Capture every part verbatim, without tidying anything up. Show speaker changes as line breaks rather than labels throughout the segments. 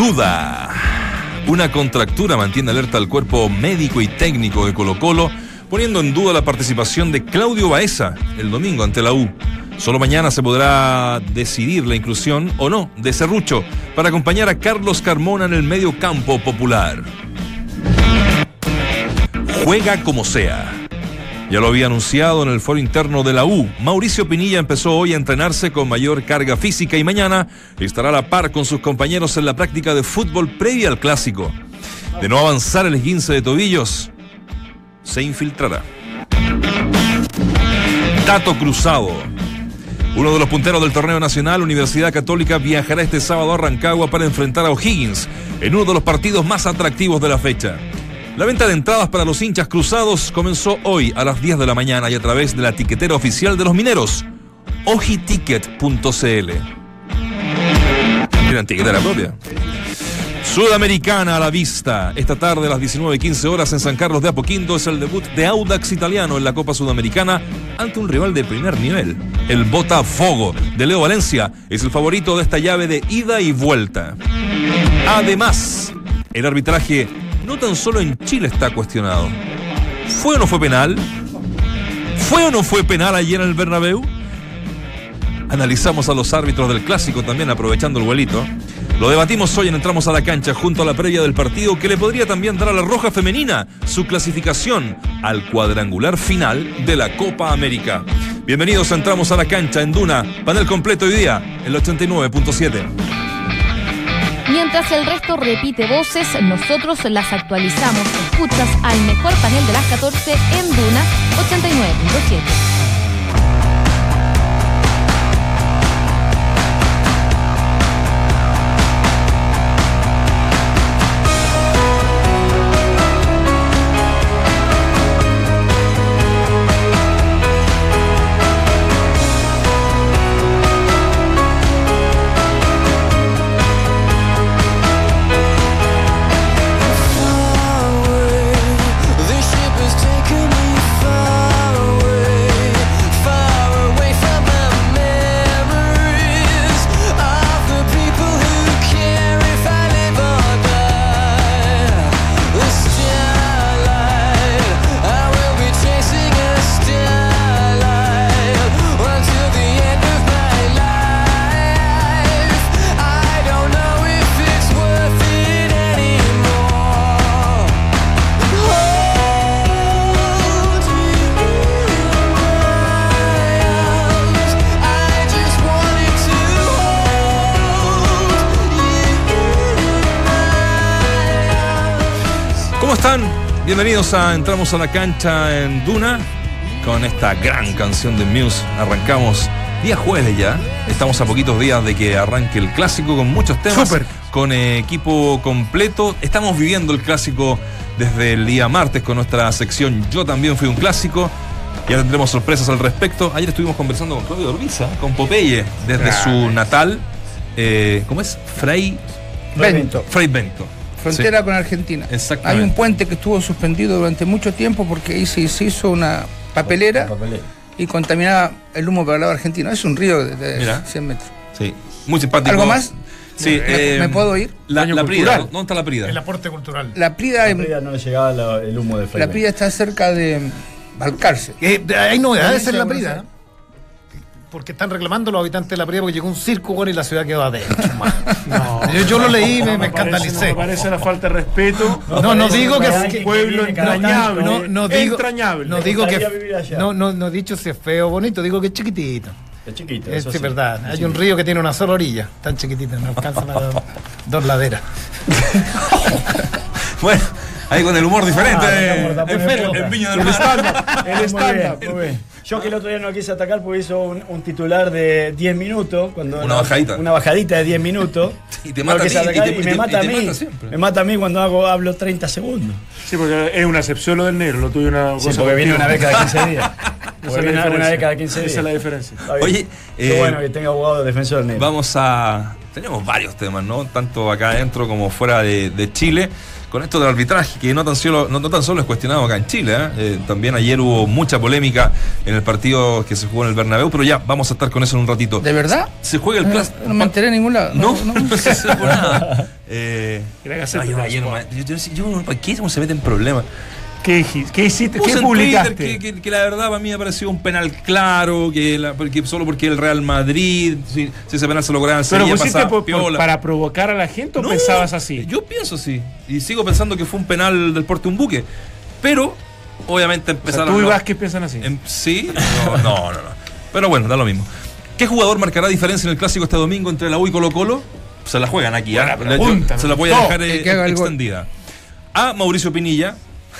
Duda. Una contractura mantiene alerta al cuerpo médico y técnico de Colo-Colo, poniendo en duda la participación de Claudio Baeza el domingo ante la U. Solo mañana se podrá decidir la inclusión o no de Cerrucho para acompañar a Carlos Carmona en el medio campo popular. Juega como sea. Ya lo había anunciado en el foro interno de la U. Mauricio Pinilla empezó hoy a entrenarse con mayor carga física y mañana estará a la par con sus compañeros en la práctica de fútbol previa al clásico. De no avanzar el esguince de tobillos, se infiltrará. Dato cruzado. Uno de los punteros del torneo nacional, Universidad Católica, viajará este sábado a Rancagua para enfrentar a O'Higgins en uno de los partidos más atractivos de la fecha. La venta de entradas para los hinchas cruzados comenzó hoy a las diez de la mañana y a través de la tiquetera oficial de los mineros, ojiticket punto c l. Tienen tiquetera propia. Sudamericana a la vista. Esta tarde a las diecinueve quince horas en San Carlos de Apoquindo es el debut de Audax Italiano en la Copa Sudamericana ante un rival de primer nivel. El Botafogo de Leo Valencia es el favorito de esta llave de ida y vuelta. Además, el arbitraje no tan solo en Chile está cuestionado. ¿Fue o no fue penal? ¿Fue o no fue penal ayer en el Bernabéu? Analizamos a los árbitros del clásico también, aprovechando el vuelito. Lo debatimos hoy en Entramos a la Cancha junto a la previa del partido que le podría también dar a la Roja Femenina su clasificación al cuadrangular final de la Copa América. Bienvenidos a Entramos a la Cancha en Duna, panel completo hoy día, el ochenta y nueve punto siete.
Mientras el resto repite voces, nosotros las actualizamos. Escuchas al mejor panel de las catorce en Duna ochenta y nueve punto siete.
Bienvenidos a Entramos a la Cancha en Duna con esta gran canción de Muse. Arrancamos día jueves ya. Estamos a poquitos días de que arranque el clásico con muchos temas. Super. Con eh, equipo completo. Estamos viviendo el clásico desde el día martes con nuestra sección Yo también fui un clásico. Ya tendremos sorpresas al respecto. Ayer estuvimos conversando con Claudio Orbiza, con Popeye, desde ah, su natal. Eh, ¿Cómo es? Fray
Bento.
Fray Bento.
Frontera sí. Con Argentina.
Exactamente.
Hay un puente que estuvo suspendido durante mucho tiempo porque ahí se, se hizo una papelera, papelera y contaminaba el humo para el lado argentino. Es un río de, de cien metros.
Sí, muy simpático.
¿Algo más?
Sí.
¿Me, eh, ¿me puedo ir?
La, la Prida, ¿dónde está la Prida?
El aporte cultural.
La Prida,
la Prida no le llegaba la, el humo de Fray.
La Prida está cerca de Balcarce.
Eh, hay novedades en la Prida. Porque están reclamando los habitantes de la Prida porque llegó un circo, bueno, y la ciudad quedó adentro. No, yo, yo lo leí y me, me escandalicé.
Me parece una falta de respeto.
No, no, no digo que es
un pueblo entrañable.
No, no digo,
entrañable.
No digo que no, no, no he dicho si es feo o bonito, digo que es chiquitito.
Es chiquito.
Es
eso
sí,
sí.
verdad. Hay un río que tiene una sola orilla, tan chiquitita, no alcanzan a dos, dos laderas.
Bueno, ahí con el humor diferente.
Ah,
el feo, el piño del
el estándar. El estándar.
Yo que el otro día no quise atacar porque hizo un, un titular de diez minutos. Cuando
una bajadita.
Una bajadita de diez minutos.
Y te mata,
no
a ti, y te,
y me mata a mí.
Mata
me mata a mí cuando hago, hablo treinta segundos.
Sí, porque es una excepción lo del negro, lo tuyo una cosa.
Sí, porque viene una vez cada quince días.
Esa
viene una vez cada quince días.
Esa es la diferencia.
Oye,
qué eh, bueno que tenga abogado defensor negro.
Vamos a... Tenemos varios temas, ¿no? Tanto acá adentro como fuera de, de Chile. Con esto del arbitraje, que no tan solo, no, no tan solo es cuestionado acá en Chile, ¿eh? Eh, también ayer hubo mucha polémica en el partido que se jugó en el Bernabéu, pero ya vamos a estar con eso en un ratito.
¿De verdad?
Se juega el clásico.
No, no me enteré en ningún lado.
No, no, no, no se supo nada. Eh,
Era que hacer
ay,
tu
ayer
transport.
nomás- yo, yo, yo, ¿para qué uno se mete en problemas?
¿Qué, dijiste? ¿Qué hiciste?
Puse
¿Qué
en
publicaste?
Twitter que, que- que la verdad para mí me pareció un penal claro, que, la- porque solo porque el Real Madrid, si, si ese penal se lograba
¿Pero
enseguida
pusiste
pasaba
por- por-
piola.
para provocar a la gente o
No,
pensabas así?
Yo pienso así. Y sigo pensando que fue un penal del porte de un buque. Pero, obviamente
O sea,
empezaron
tú y
a-
Vázquez piensan así.
Em, sí, no, no, no, no. Pero bueno, da lo mismo. ¿Qué jugador marcará diferencia en el clásico este domingo entre la U y Colo Colo? Se la juegan aquí,
Buena
¿ah?
pregunta,
Yo se la
me
voy a
gustó.
dejar eh,
El que haga el gol.
extendida. A. Mauricio Pinilla.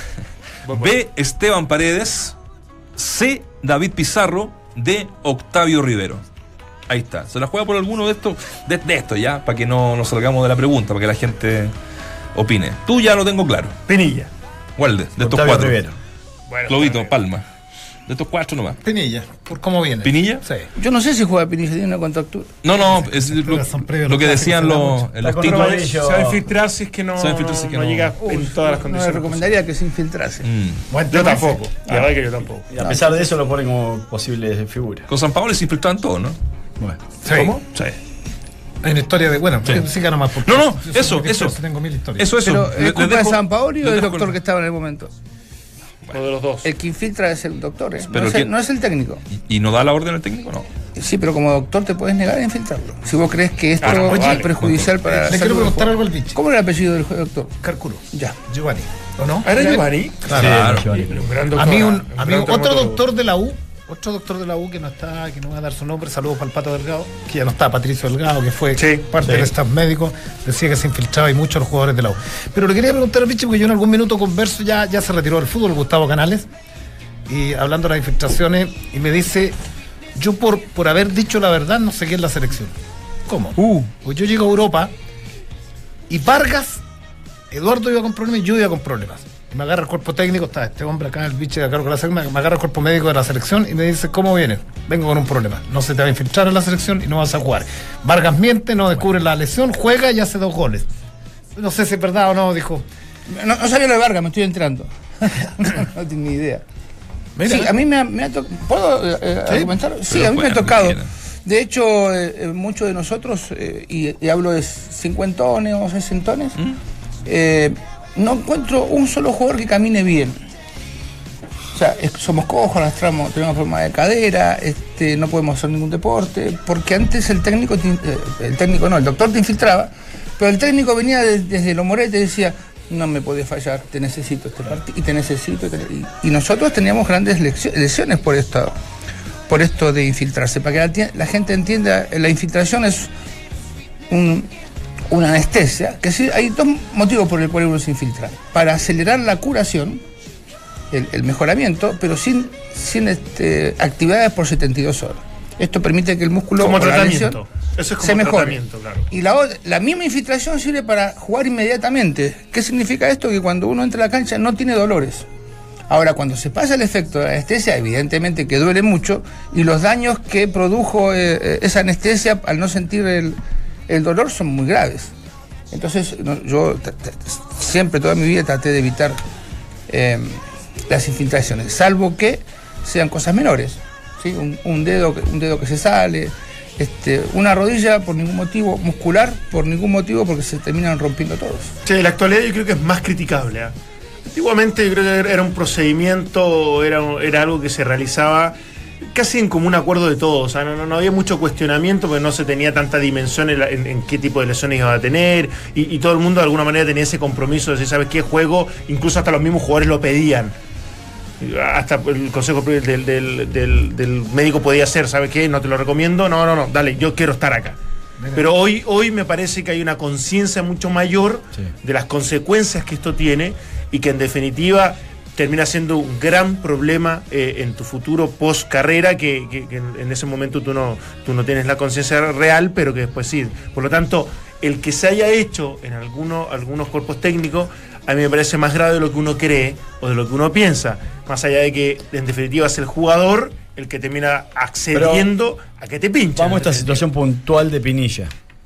B. Esteban Paredes. C. David Pizarro. D. Octavio Rivero. Ahí está. Se la juega por alguno de estos, de, de estos ya, para que no nos salgamos de la pregunta, para que la gente opine. Tú ya lo tengo claro.
Pinilla.
Walde, de estos
Octavio
cuatro.
Rivero.
Bueno,
Clovito,
está
Palma. De estos cuatro nomás.
Pinilla, por cómo viene.
¿Pinilla?
Sí.
Yo no sé si juega Pinilla, tiene una contra octubre.
No, no, es lo,
Pruebas son previos,
lo
los
que
clásicos
decían
se dan
los,
mucho.
en los
Está con
títulos.
Rodríguez.
Se va a infiltrar si es que no,
Se va a infiltrar si es que
no
no-
llega
Uy,
en todas las
no
condiciones.
le recomendaría que se infiltrase.
Mm.
Buen
Yo
tema
tampoco.
ese.
La verdad que yo tampoco.
Y a pesar de eso lo ponen como posible figura.
Con San Paolo se infiltraban todos, ¿no?
Bueno.
Sí.
¿Cómo?
Sí.
Hay una historia de. Bueno,
Sí.
sí, gana más. porque
No, no,
yo soy
eso,
porque
eso.
yo Tengo mil historias.
Eso, eso.
Pero
Le-
¿es
les
culpa de
dejo-
San Paoli o
les
del
dejo
doctor
el-
que estaba en el momento?
O de los dos.
El que infiltra es el doctor, ¿eh?
Pero
no, es
¿quién?
el, no es el técnico.
¿Y, y no da la orden el técnico? No.
Sí, pero como doctor te puedes negar a infiltrarlo. Si vos crees que esto
Ah, no,
es
vale.
perjudicial para la
Le quiero
salud del
preguntar
jugador.
algo al bicho.
¿Cómo era el apellido del doctor?
Cárculo.
Ya.
Giovanni. ¿O no?
¿Era Giovanni?
Claro.
Giovanni.
Pero un gran
A
doctor,
mí, un,
un
a mí
gran
otro
traumatólogo.
doctor de la U, otro doctor de la U que no está, que no va a dar su nombre, saludos para el Pato Delgado, que ya no está, Patricio Delgado, que fue
Sí,
parte
sí.
del staff médico, decía que se infiltraba y muchos los jugadores de la U. Pero le quería preguntar al bicho, porque yo en algún minuto converso, ya, ya se retiró del fútbol, Gustavo Canales, y hablando de las infiltraciones, y me dice, yo por, por haber dicho la verdad no sé qué es la selección. ¿Cómo?
Uh.
Pues yo llego a Europa y Vargas, Eduardo iba con problemas y yo iba con problemas. Y me agarra el cuerpo técnico, está este hombre acá, el bicho de acá con la selección, me, me agarra el cuerpo médico de la selección y me dice, ¿cómo viene? Vengo con un problema. No se te va a infiltrar en la selección y no vas a jugar. Vargas miente, no descubre la lesión, juega y hace dos goles. No sé si es verdad o no, dijo.
No, no sabía lo de Vargas, me estoy enterando. No tengo ni idea.
Mira,
Sí, a mí me ha, me ha tocado. ¿Puedo eh,
¿Sí?
argumentar? Sí,
Pero
a mí me ha
bueno,
tocado.
quiera.
De hecho, eh, eh, muchos de nosotros, eh, y, y hablo de cincuentones o sesentones, eh, no encuentro un solo jugador que camine bien. O sea, es- somos cojos, arrastramos, tenemos forma de cadera, este, no podemos hacer ningún deporte, porque antes el técnico, te in- eh, el técnico no, el doctor te infiltraba, pero el técnico venía de- desde los moretes y decía, no me podés fallar, te necesito este partido, y te necesito, y, te- y- y nosotros teníamos grandes leccio- lesiones por esto, por esto de infiltrarse, para que la, tie- la gente entienda, la infiltración es un, una anestesia, que sí, hay dos motivos por el cual uno se infiltra, para acelerar la curación, el, el mejoramiento, pero sin, sin este, actividades por setenta y dos horas. Esto permite que el músculo
Como
o la
tratamiento.
lesión
Eso es como
se mejore.
tratamiento, claro.
Y la, otra- la misma infiltración sirve para jugar inmediatamente. ¿Qué significa esto? Que cuando uno entra a la cancha no tiene dolores. Ahora, cuando se pasa el efecto de la anestesia, evidentemente que duele mucho, y los daños que produjo eh, eh, esa anestesia al no sentir el, el dolor son muy graves. Entonces, no, yo t- t- siempre, toda mi vida, traté de evitar eh, las infiltraciones, salvo que sean cosas menores. ¿Sí? Un, un dedo, que- un dedo que se sale, este, una rodilla por ningún motivo, muscular por ningún motivo, porque se terminan rompiendo todos.
Sí, en la actualidad yo creo que es más criticable. ¿eh? Antiguamente yo creo que era un procedimiento, era, era algo que se realizaba casi en común acuerdo de todos. O sea, no, no, no había mucho cuestionamiento porque no se tenía tanta dimensión en, la- en- en qué tipo de lesiones iba a tener y, y todo el mundo de alguna manera tenía ese compromiso de decir, ¿sabes qué? Juego, incluso hasta los mismos jugadores lo pedían. Hasta el consejo del, del, del, del médico podía ser, ¿sabes qué? No te lo recomiendo, no, no, no, dale, yo quiero estar acá. Pero hoy, hoy me parece que hay una conciencia mucho mayor
Sí.
de las consecuencias que esto tiene y que en definitiva termina siendo un gran problema eh, en tu futuro post carrera que, que- que en, en ese momento tú no, tú no tienes la conciencia real, pero que después sí. Por lo tanto, el que se haya hecho en alguno, algunos cuerpos técnicos, a mí me parece más grave de lo que uno cree o de lo que uno piensa. Más allá de que en definitiva es el jugador el que termina accediendo a que te pinchen.
Vamos a esta situación puntual de Pinilla.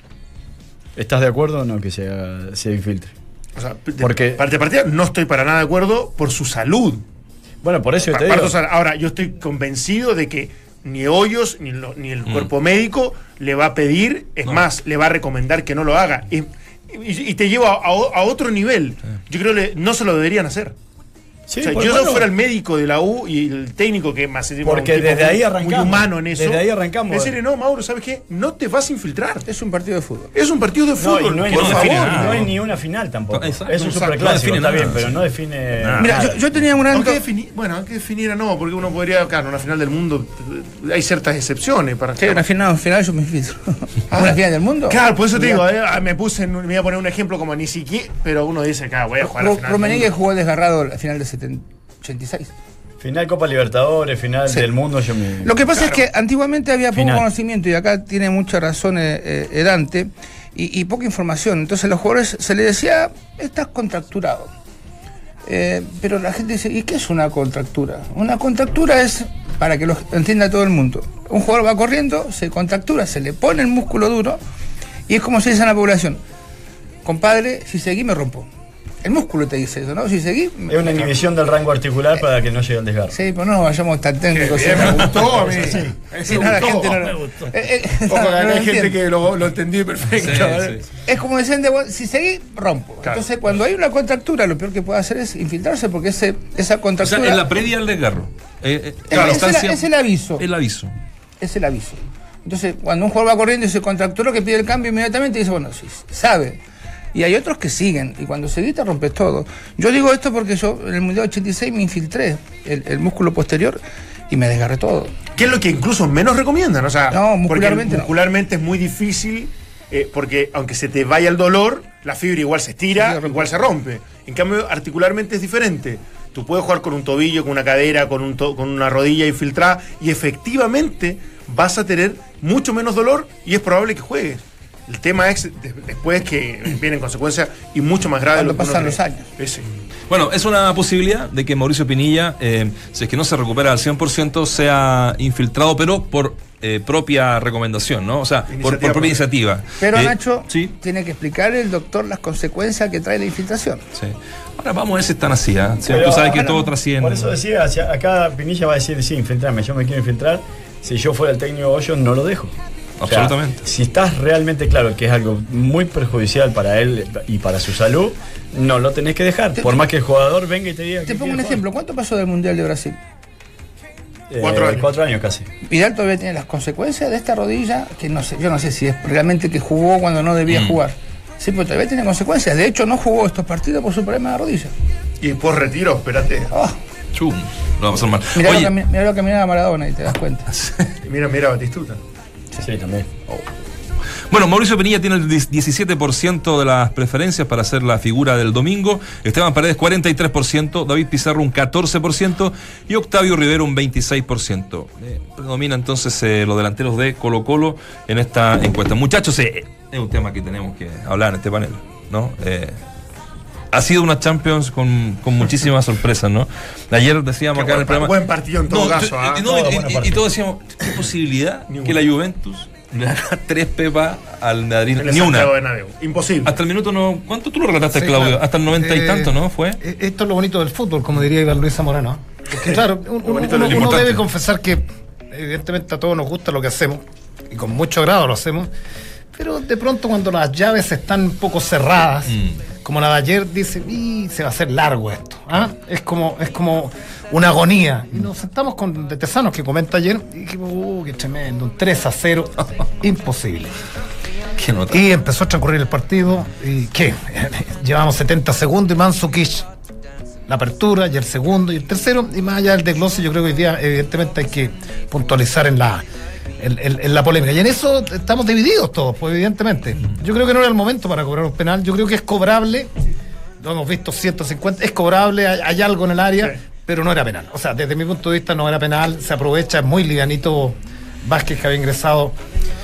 ¿Estás de acuerdo o no que se, haga- se infiltre?
O sea, de-
Porque-
parte de partida, no estoy para nada de acuerdo por su salud.
Bueno, por eso yo
Pa-
te
parto,
digo.
o sea, ahora, yo estoy convencido de que ni Hoyos ni, lo- ni el
Mm.
cuerpo médico le va a pedir, es más, le va a recomendar que no lo haga. Es, y, y te lleva a, a otro nivel. Yo creo que no se lo deberían hacer.
Sí,
o sea,
pues,
yo
bueno,
no fuera el médico de la U y el técnico que más
porque
un tipo
desde ahí
muy,
arrancamos.
muy humano en eso.
Desde ahí arrancamos.
Decirle, no, Mauro, ¿sabes qué? No te vas a infiltrar.
Es un partido de fútbol.
Es un partido de
No,
fútbol.
y no hay,
por
no
favor.
define nada,
no.
no hay ni una final tampoco.
Exacto,
es un
exacto.
superclásico,
No define
está bien,
nada,
pero
sí.
no define
Nada.
Mira,
nada.
yo, yo tenía un gran...
Aunque defini- bueno, aunque definiera no, porque uno podría, claro, en una final del mundo eh, hay ciertas excepciones para
Sí, una final, final yo me infiltro. ¿Una final del mundo?
Claro, por eso te digo, eh, me puse, en, me voy a poner un ejemplo como ni siquiera, pero uno dice, claro, voy a jugar a la
Ru-
final. del
Rummenigge
mundo.
jugó desgarrado la final de setenta, ochenta y seis.
Final Copa Libertadores, final
Sí.
del mundo, yo me...
Lo que pasa es que antiguamente había poco
Final.
conocimiento, y acá tiene mucha razón eh, eh, Edante, y, y poca información. Entonces a los jugadores se les decía, estás contracturado. Eh, pero la gente dice, ¿y qué es una contractura? Una contractura es, para que lo entienda todo el mundo, un jugador va corriendo, se contractura, se le pone el músculo duro, y es como se dice en la población, compadre, si seguí me rompo. El músculo te dice eso, ¿no? Si seguí... me-
Es una inhibición del rango articular para que no llegue al desgarro.
Sí, pues no nos vayamos tan técnicos.
Bien,
sí,
me
no.
gustó a mí.
Sí,
Me
no, la
gustó.
gente no,
Me
no.
gustó.
Eh, eh,
Ojo,
no,
que
no
acá
lo
hay gente
entiende.
que lo, lo entendí perfecto.
Sí,
¿eh?
sí.
Es como decían de vos, si seguís, rompo.
Claro.
Entonces, cuando hay una contractura, lo peor que puede hacer es infiltrarse, porque ese, esa
O
contractura
sea, en la previa al desgarro. Eh, eh,
es,
la
es el,
distancia-
es el aviso.
El aviso.
Es el aviso. Entonces, cuando un jugador va corriendo y se contracturó, que pide el cambio inmediatamente, dice, bueno, sí, sabe. Y hay otros que siguen, y cuando seguís te rompes todo. Yo digo esto porque yo en el Mundial ochenta y seis me infiltré el, el músculo posterior y me desgarré todo.
Que es lo que incluso menos recomiendan. O sea,
No,
porque
muscularmente no.
muscularmente es muy difícil, eh, porque aunque se te vaya el dolor, la fibra igual se estira,
Sí, se rompe.
igual se rompe. En cambio, articularmente es diferente. Tú puedes jugar con un tobillo, con una cadera, con, un to- con una rodilla infiltrada, y efectivamente vas a tener mucho menos dolor y es probable que juegues. El tema es de- después que vienen consecuencias y mucho más graves.
Cuando
de lo que uno
pasan los
cree.
años.
Ese.
Bueno, es una posibilidad de que Mauricio Pinilla, eh, si es que no se recupera al cien por ciento, sea infiltrado, pero por eh, propia recomendación, ¿no? O sea, por, por
Iniciativa
propia iniciativa.
Pero
Eh,
Nacho,
Sí,
tiene que explicar el doctor las consecuencias que trae la infiltración.
sí. Ahora vamos a ver si están así, ¿ah? Sí,
Pero
tú sabes que
ahora,
todo trasciende.
Por eso decía, si acá Pinilla va a decir, sí, infiltrarme, yo me quiero infiltrar. Si yo fuera el técnico Hoyos, no lo dejo. O sea,
Absolutamente.
si estás realmente claro que es algo muy perjudicial para él y para su salud, no lo tenés que dejar.
Te-
Por más que el jugador venga y te diga
Te
que
pongo un
quiere
ejemplo. ¿Cuánto pasó del Mundial de Brasil?
jugar.
Cuatro
Eh,
años.
Cuatro años casi.
Vidal todavía tiene las consecuencias de esta rodilla, que no sé, yo no sé si es realmente que jugó cuando no debía
Mm.
jugar. Sí, pero todavía tiene consecuencias. De hecho, no jugó estos partidos por su problema de rodilla.
Y por retiro, espérate.
Oh,
Chum, lo vamos a hacer mal.
mirá,
Oye,
lo que, mirá lo que caminaba Maradona y te das cuenta.
Mira, mira, Batistuta.
Sí, también.
bueno, Mauricio Pinilla tiene el diecisiete por ciento de las preferencias para ser la figura del domingo, Esteban Paredes cuarenta y tres por ciento, David Pizarro un catorce por ciento y Octavio Rivero un veintiséis por ciento. Eh, predomina entonces eh, los delanteros de Colo Colo en esta encuesta. Muchachos, eh, es un tema que tenemos que hablar en este panel, ¿no? Eh, ha sido una Champions con, con muchísimas sorpresas, ¿no? Ayer decíamos
Qué
acá en el
buen,
programa...
buen partido en todo
No,
caso.
tú-
¿ah?
y, no,
Toda
y-
buena
y- y
partido.
todos decíamos, ¿qué posibilidad
Ni
que
una.
la Juventus le haga tres pepas al Madrid?
En el
Ni una.
Santiago Bernabéu. Imposible.
Hasta el minuto no. ¿Cuánto tú lo relataste,
Sí,
Claudio?
claro.
Hasta el noventa y
Eh,
tanto, ¿no? Fue.
eh, Esto es lo bonito del fútbol, como diría Iván Luis Zamorano. Porque claro, un-
Lo bonito
uno,
de lo
uno
importante.
debe confesar que evidentemente a todos nos gusta lo que hacemos, y con mucho grado lo hacemos, pero de pronto cuando las llaves están un poco cerradas,
Mm.
como la de ayer, dice, y se va a hacer largo esto. ¿ah? Es como es como una agonía. Y nos sentamos con de Tesanos, que comenta ayer, y dijimos, uh, qué tremendo, un tres a cero, imposible.
Qué nota.
Y empezó a transcurrir el partido. ¿Y qué? Llevamos setenta segundos y Mandzukic la apertura y el segundo y el tercero. Y más allá del desglose, yo creo que hoy día, evidentemente, hay que puntualizar en la, en, en- en la polémica. Y en eso estamos divididos todos, pues, evidentemente. Yo creo que no era el momento para cobrar un penal. Yo creo que es cobrable. Lo hemos visto ciento cincuenta. Es cobrable, hay, hay algo en el área,
Sí.
pero no era penal. O sea, desde mi punto de vista, no era penal. Se aprovecha, es muy livianito Vázquez, que había ingresado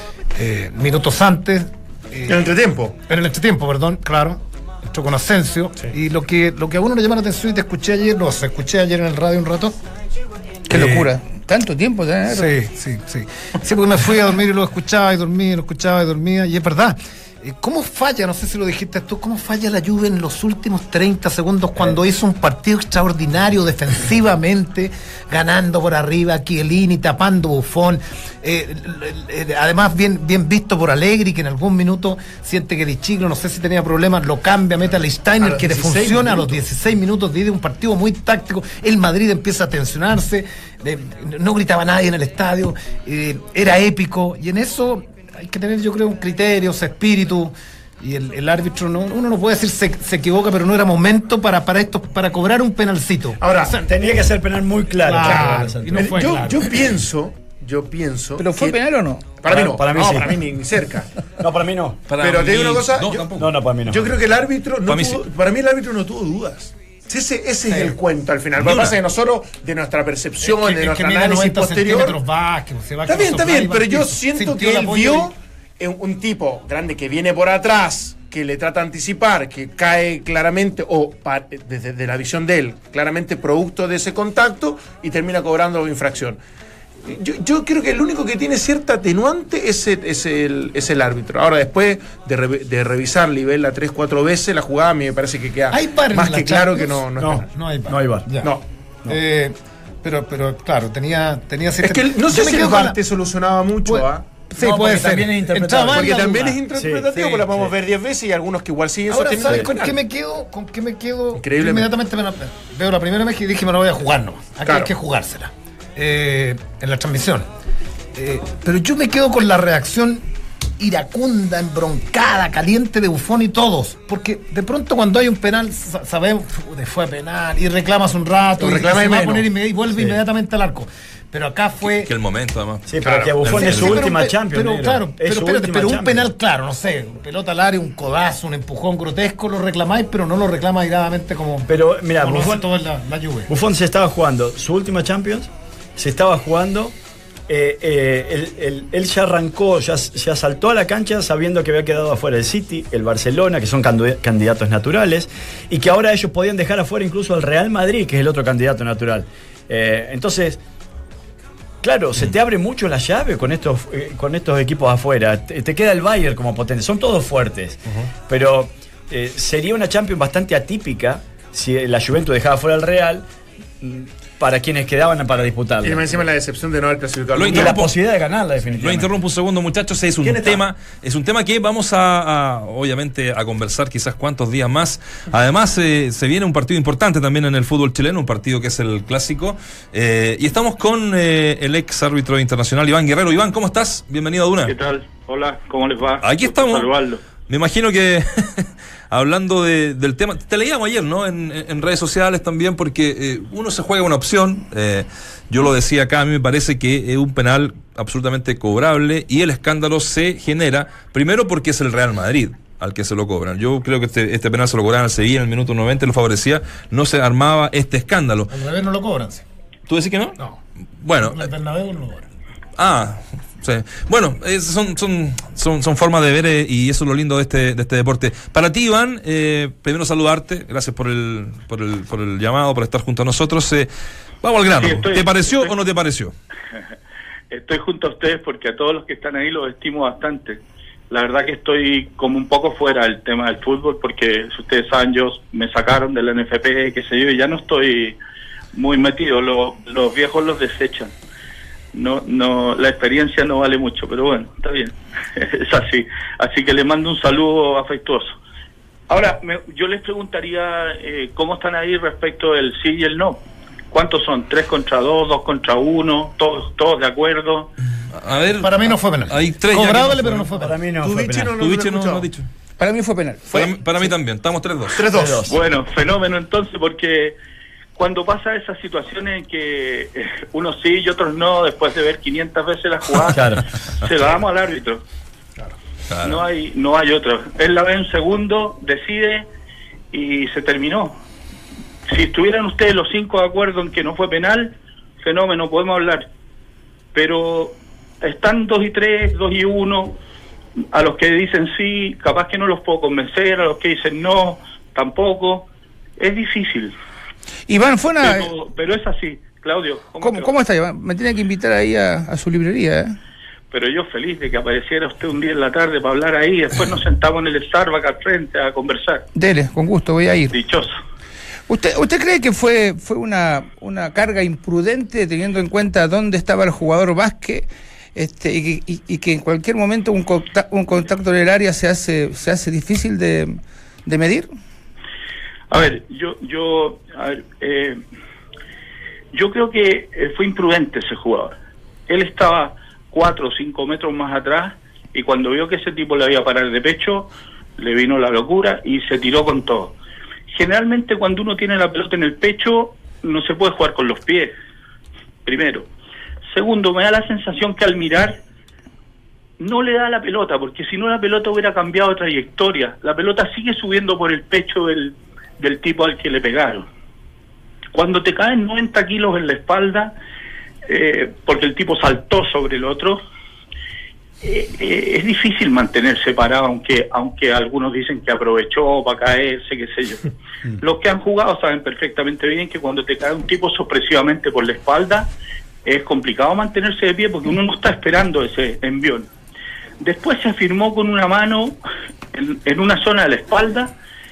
eh, minutos antes. eh,
En el entretiempo.
en el entretiempo, perdón, claro. Entró con Asensio.
Sí.
Y lo que, lo que a uno le llama la atención, y te escuché ayer, lo escuché ayer en el radio un rato.
Qué
Eh,
locura. Tanto tiempo tener.
Sí, sí, sí. Sí, porque me fui a dormir y lo escuchaba y dormía, y lo escuchaba y dormía. Y es verdad. ¿Cómo falla, no sé si lo dijiste tú, cómo falla la Juve en los últimos treinta segundos cuando hizo un partido extraordinario defensivamente, ganando por arriba, Chiellini tapando Buffon, eh, eh, además bien, bien visto por Allegri, que en algún minuto siente que Di Chiglo, no sé si tenía problemas, lo cambia, mete a Steiner, que le funciona minutos. A los dieciséis minutos, de un partido muy táctico, el Madrid empieza a tensionarse, eh, no gritaba nadie en el estadio, eh, era épico, y en eso hay que tener, yo creo, un criterio, ese espíritu, y el, el árbitro, no, uno no puede decir se, se equivoca, pero no era momento para para esto, para cobrar un penalcito.
Ahora, o sea, tenía que ser penal muy claro.
claro y no fue
yo,
claro.
yo pienso, yo pienso.
¿Pero fue
que,
penal o no?
Para, para mí no,
para mí
no,
sí.
para mí ni, ni cerca.
No, para mí no.
Para
pero
mí,
te digo una cosa,
no,
yo,
tampoco.
No, no, para mí no.
Yo creo que el árbitro no
Para mí
tuvo,
sí.
para mí el árbitro no tuvo dudas. Ese, ese
sí.
es el cuento al final. Lo que pasa es que nosotros, de nuestra percepción,
Es que,
de
es
nuestro
que mide
análisis
noventa
posterior.
centímetros Vázquez, se va
Está bien, está bien, pero yo
piso.
siento
Sintió
que
el
él
apoyo
vio un, un tipo grande que viene por atrás, que le trata de anticipar, que cae claramente, o pa, desde de la visión de él, claramente producto de ese contacto, y termina cobrando infracción. Yo, yo creo que el único que tiene cierta atenuante es el, es el, es el árbitro. Ahora, después de, re, de revisarla y verla tres, cuatro veces, la jugada a mí me parece que queda
¿Hay bar en
más
la
que claro
Champions?
que no, no,
No,
es penal.
No hay bar.
No hay bar.
Ya.
No.
Eh, pero, pero claro, tenía, tenía
Es que no sé si el bar te solucionaba mucho,
Puede-
¿ah?
Sí,
No,
puede
porque
ser.
también es interpretable.
Entraba en
Porque
la
también
duda.
es interpretativo,
Sí,
porque la podemos
sí.
ver diez veces y algunos que igual siguen
Ahora,
sosteniendo
¿sabes
que
con
es
qué
penal.
me quedo? ¿Con qué me quedo?
Increíblemente.
Inmediatamente me la, veo la primera vez y dije, me la voy a jugar nomás. Aquí
Claro.
hay que jugársela. Eh, en la transmisión. Eh, pero yo me quedo con la reacción iracunda, embroncada, caliente de Buffon y todos. Porque de pronto cuando hay un penal, sa- sabemos, "Puta, fue penal", y reclamas un rato,
Lo
y, y
reclama
se
y
va a
menos.
poner inmedi- y vuelve
Sí.
inmediatamente al arco. Pero acá fue...
Que el momento, además.
Sí, pero
Claro.
que Buffon es su
Sí, pero
última
un pe-
Champions.
Pero
negro.
claro,
Es
pero,
su
espérate,
última
pero un
Champions.
penal claro, no sé, un pelota al área, un codazo, un empujón grotesco, lo reclamáis, pero no lo reclama airadamente como,
Pero, mira,
como lo hace
Buffon,
todo en la, la Juve.
Buffon se estaba jugando su última Champions, se estaba jugando, eh, eh, él, él- él ya arrancó, ya, ya saltó a la cancha sabiendo que había quedado afuera el City, el Barcelona, que son candu- candidatos naturales, y que ahora ellos podían dejar afuera incluso al Real Madrid, que es el otro candidato natural. Eh, entonces, claro, se te abre mucho la llave con estos, eh, con estos equipos afuera. Te, te queda el Bayern como potente, son todos fuertes, pero eh, sería una Champions bastante atípica si la Juventus dejaba fuera al Real, mm, para quienes quedaban para
Y
disputarla.
me encima la decepción de no haber clasificado.
Lo
al
Y
Mundial.
la
interrumpo.
posibilidad de ganarla,
Lo
definitivamente.
interrumpo un segundo, muchachos. Es un
¿Quién está?
tema, es un tema que vamos a, a, obviamente, a conversar quizás cuántos días más. Además, eh, se viene un partido importante también en el fútbol chileno, un partido que es el clásico. Eh, y estamos con eh, el ex árbitro internacional Iván Guerrero. Iván, ¿cómo estás? Bienvenido a Duna.
¿Qué tal? Hola, ¿cómo les va?
Aquí
Gusto
estamos.
saludarlo.
Me imagino que hablando de, del tema, te leíamos ayer, ¿no? En, en redes sociales también, porque eh, uno se juega una opción. Eh, yo lo decía acá, a mí me parece que es un penal absolutamente cobrable y el escándalo se genera primero porque es el Real Madrid al que se lo cobran. Yo creo que este, este penal se lo cobraban al Sevilla en el minuto noventa, lo favorecía, no se armaba este escándalo.
Al revés no lo cobran, sí.
¿Tú decís que no?
No.
Bueno,
En el Bernabéu no lo cobran.
ah, sí. Bueno, es- son, son, son, son formas de ver eh, y eso es lo lindo de este, de este deporte. Para ti, Iván, eh, primero saludarte, gracias por el, por el, por el llamado, por estar junto a nosotros. Eh, vamos al grano.
Sí, estoy-
¿Te pareció
estoy-
o no te pareció?
Estoy junto a ustedes porque a todos los que están ahí los estimo bastante. La verdad que estoy como un poco fuera del tema del fútbol porque, si ustedes saben, yo me sacaron del N F P, qué sé yo, y ya no estoy muy metido. Lo- los viejos los desechan. No, no, la experiencia no vale mucho, pero bueno, está bien. Es así. Así que les mando un saludo afectuoso. Ahora, me- yo les preguntaría eh, cómo están ahí respecto del sí y el no. ¿Cuántos son? ¿Tres contra dos? ¿Dos contra uno? ¿Todos, todos de acuerdo?
A ver,
Para mí no fue penal.
hay tres ya que
Cobrable,
no
pero
fue.
no fue
Para
penal.
mí no
Tu
fue
bichi
penal.
no-
Tu biche no,
escuchado.
no has dicho.
Para mí fue penal.
Para, mí- para mí también, estamos tres dos.
tres dos.
tres dos.
Bueno, fenómeno entonces, porque cuando pasa esas situaciones en que eh, unos sí y otros no, después de ver quinientas veces la jugada,
Claro.
se la damos al árbitro.
Claro.
No hay no hay otro. Él la ve un segundo, decide y se terminó. Si estuvieran ustedes los cinco de acuerdo en que no fue penal, fenómeno, podemos hablar. Pero están dos y tres, dos y uno, a los que dicen sí, capaz que no los puedo convencer, a los que dicen no, tampoco. Es difícil,
Iván, fue una...
pero, pero es así. Claudio, ¿cómo, te
¿Cómo,
va?
¿Cómo está, Iván? Me tiene que invitar ahí a, a su librería, ¿eh?
pero yo feliz de que apareciera usted un día en la tarde para hablar ahí, después nos sentamos en el Starbucks al frente a conversar.
Dele, con gusto, voy a ir.
Dichoso.
¿Usted usted cree que fue fue una, una carga imprudente teniendo en cuenta dónde estaba el jugador Vázquez? Este, y, que, y, y que en cualquier momento un contacto, un contacto en el área se hace se hace difícil de, de medir.
A ver, yo yo a ver, eh, yo creo que fue imprudente ese jugador. Él estaba cuatro o cinco metros más atrás y cuando vio que ese tipo le iba a parar de pecho, le vino la locura y se tiró con todo. Generalmente cuando uno tiene la pelota en el pecho no se puede jugar con los pies, primero. Segundo, me da la sensación que al mirar no le da la pelota, porque si no la pelota hubiera cambiado de trayectoria. La pelota sigue subiendo por el pecho del, del tipo al que le pegaron. Cuando te caen noventa kilos en la espalda, eh, porque el tipo saltó sobre el otro, eh, eh, es difícil mantenerse parado, aunque, aunque algunos dicen que aprovechó para caerse, qué sé yo. Los que han jugado saben perfectamente bien que cuando te cae un tipo sorpresivamente por la espalda, es complicado mantenerse de pie porque uno no está esperando ese envión. Después se afirmó con una mano en, en una zona de la espalda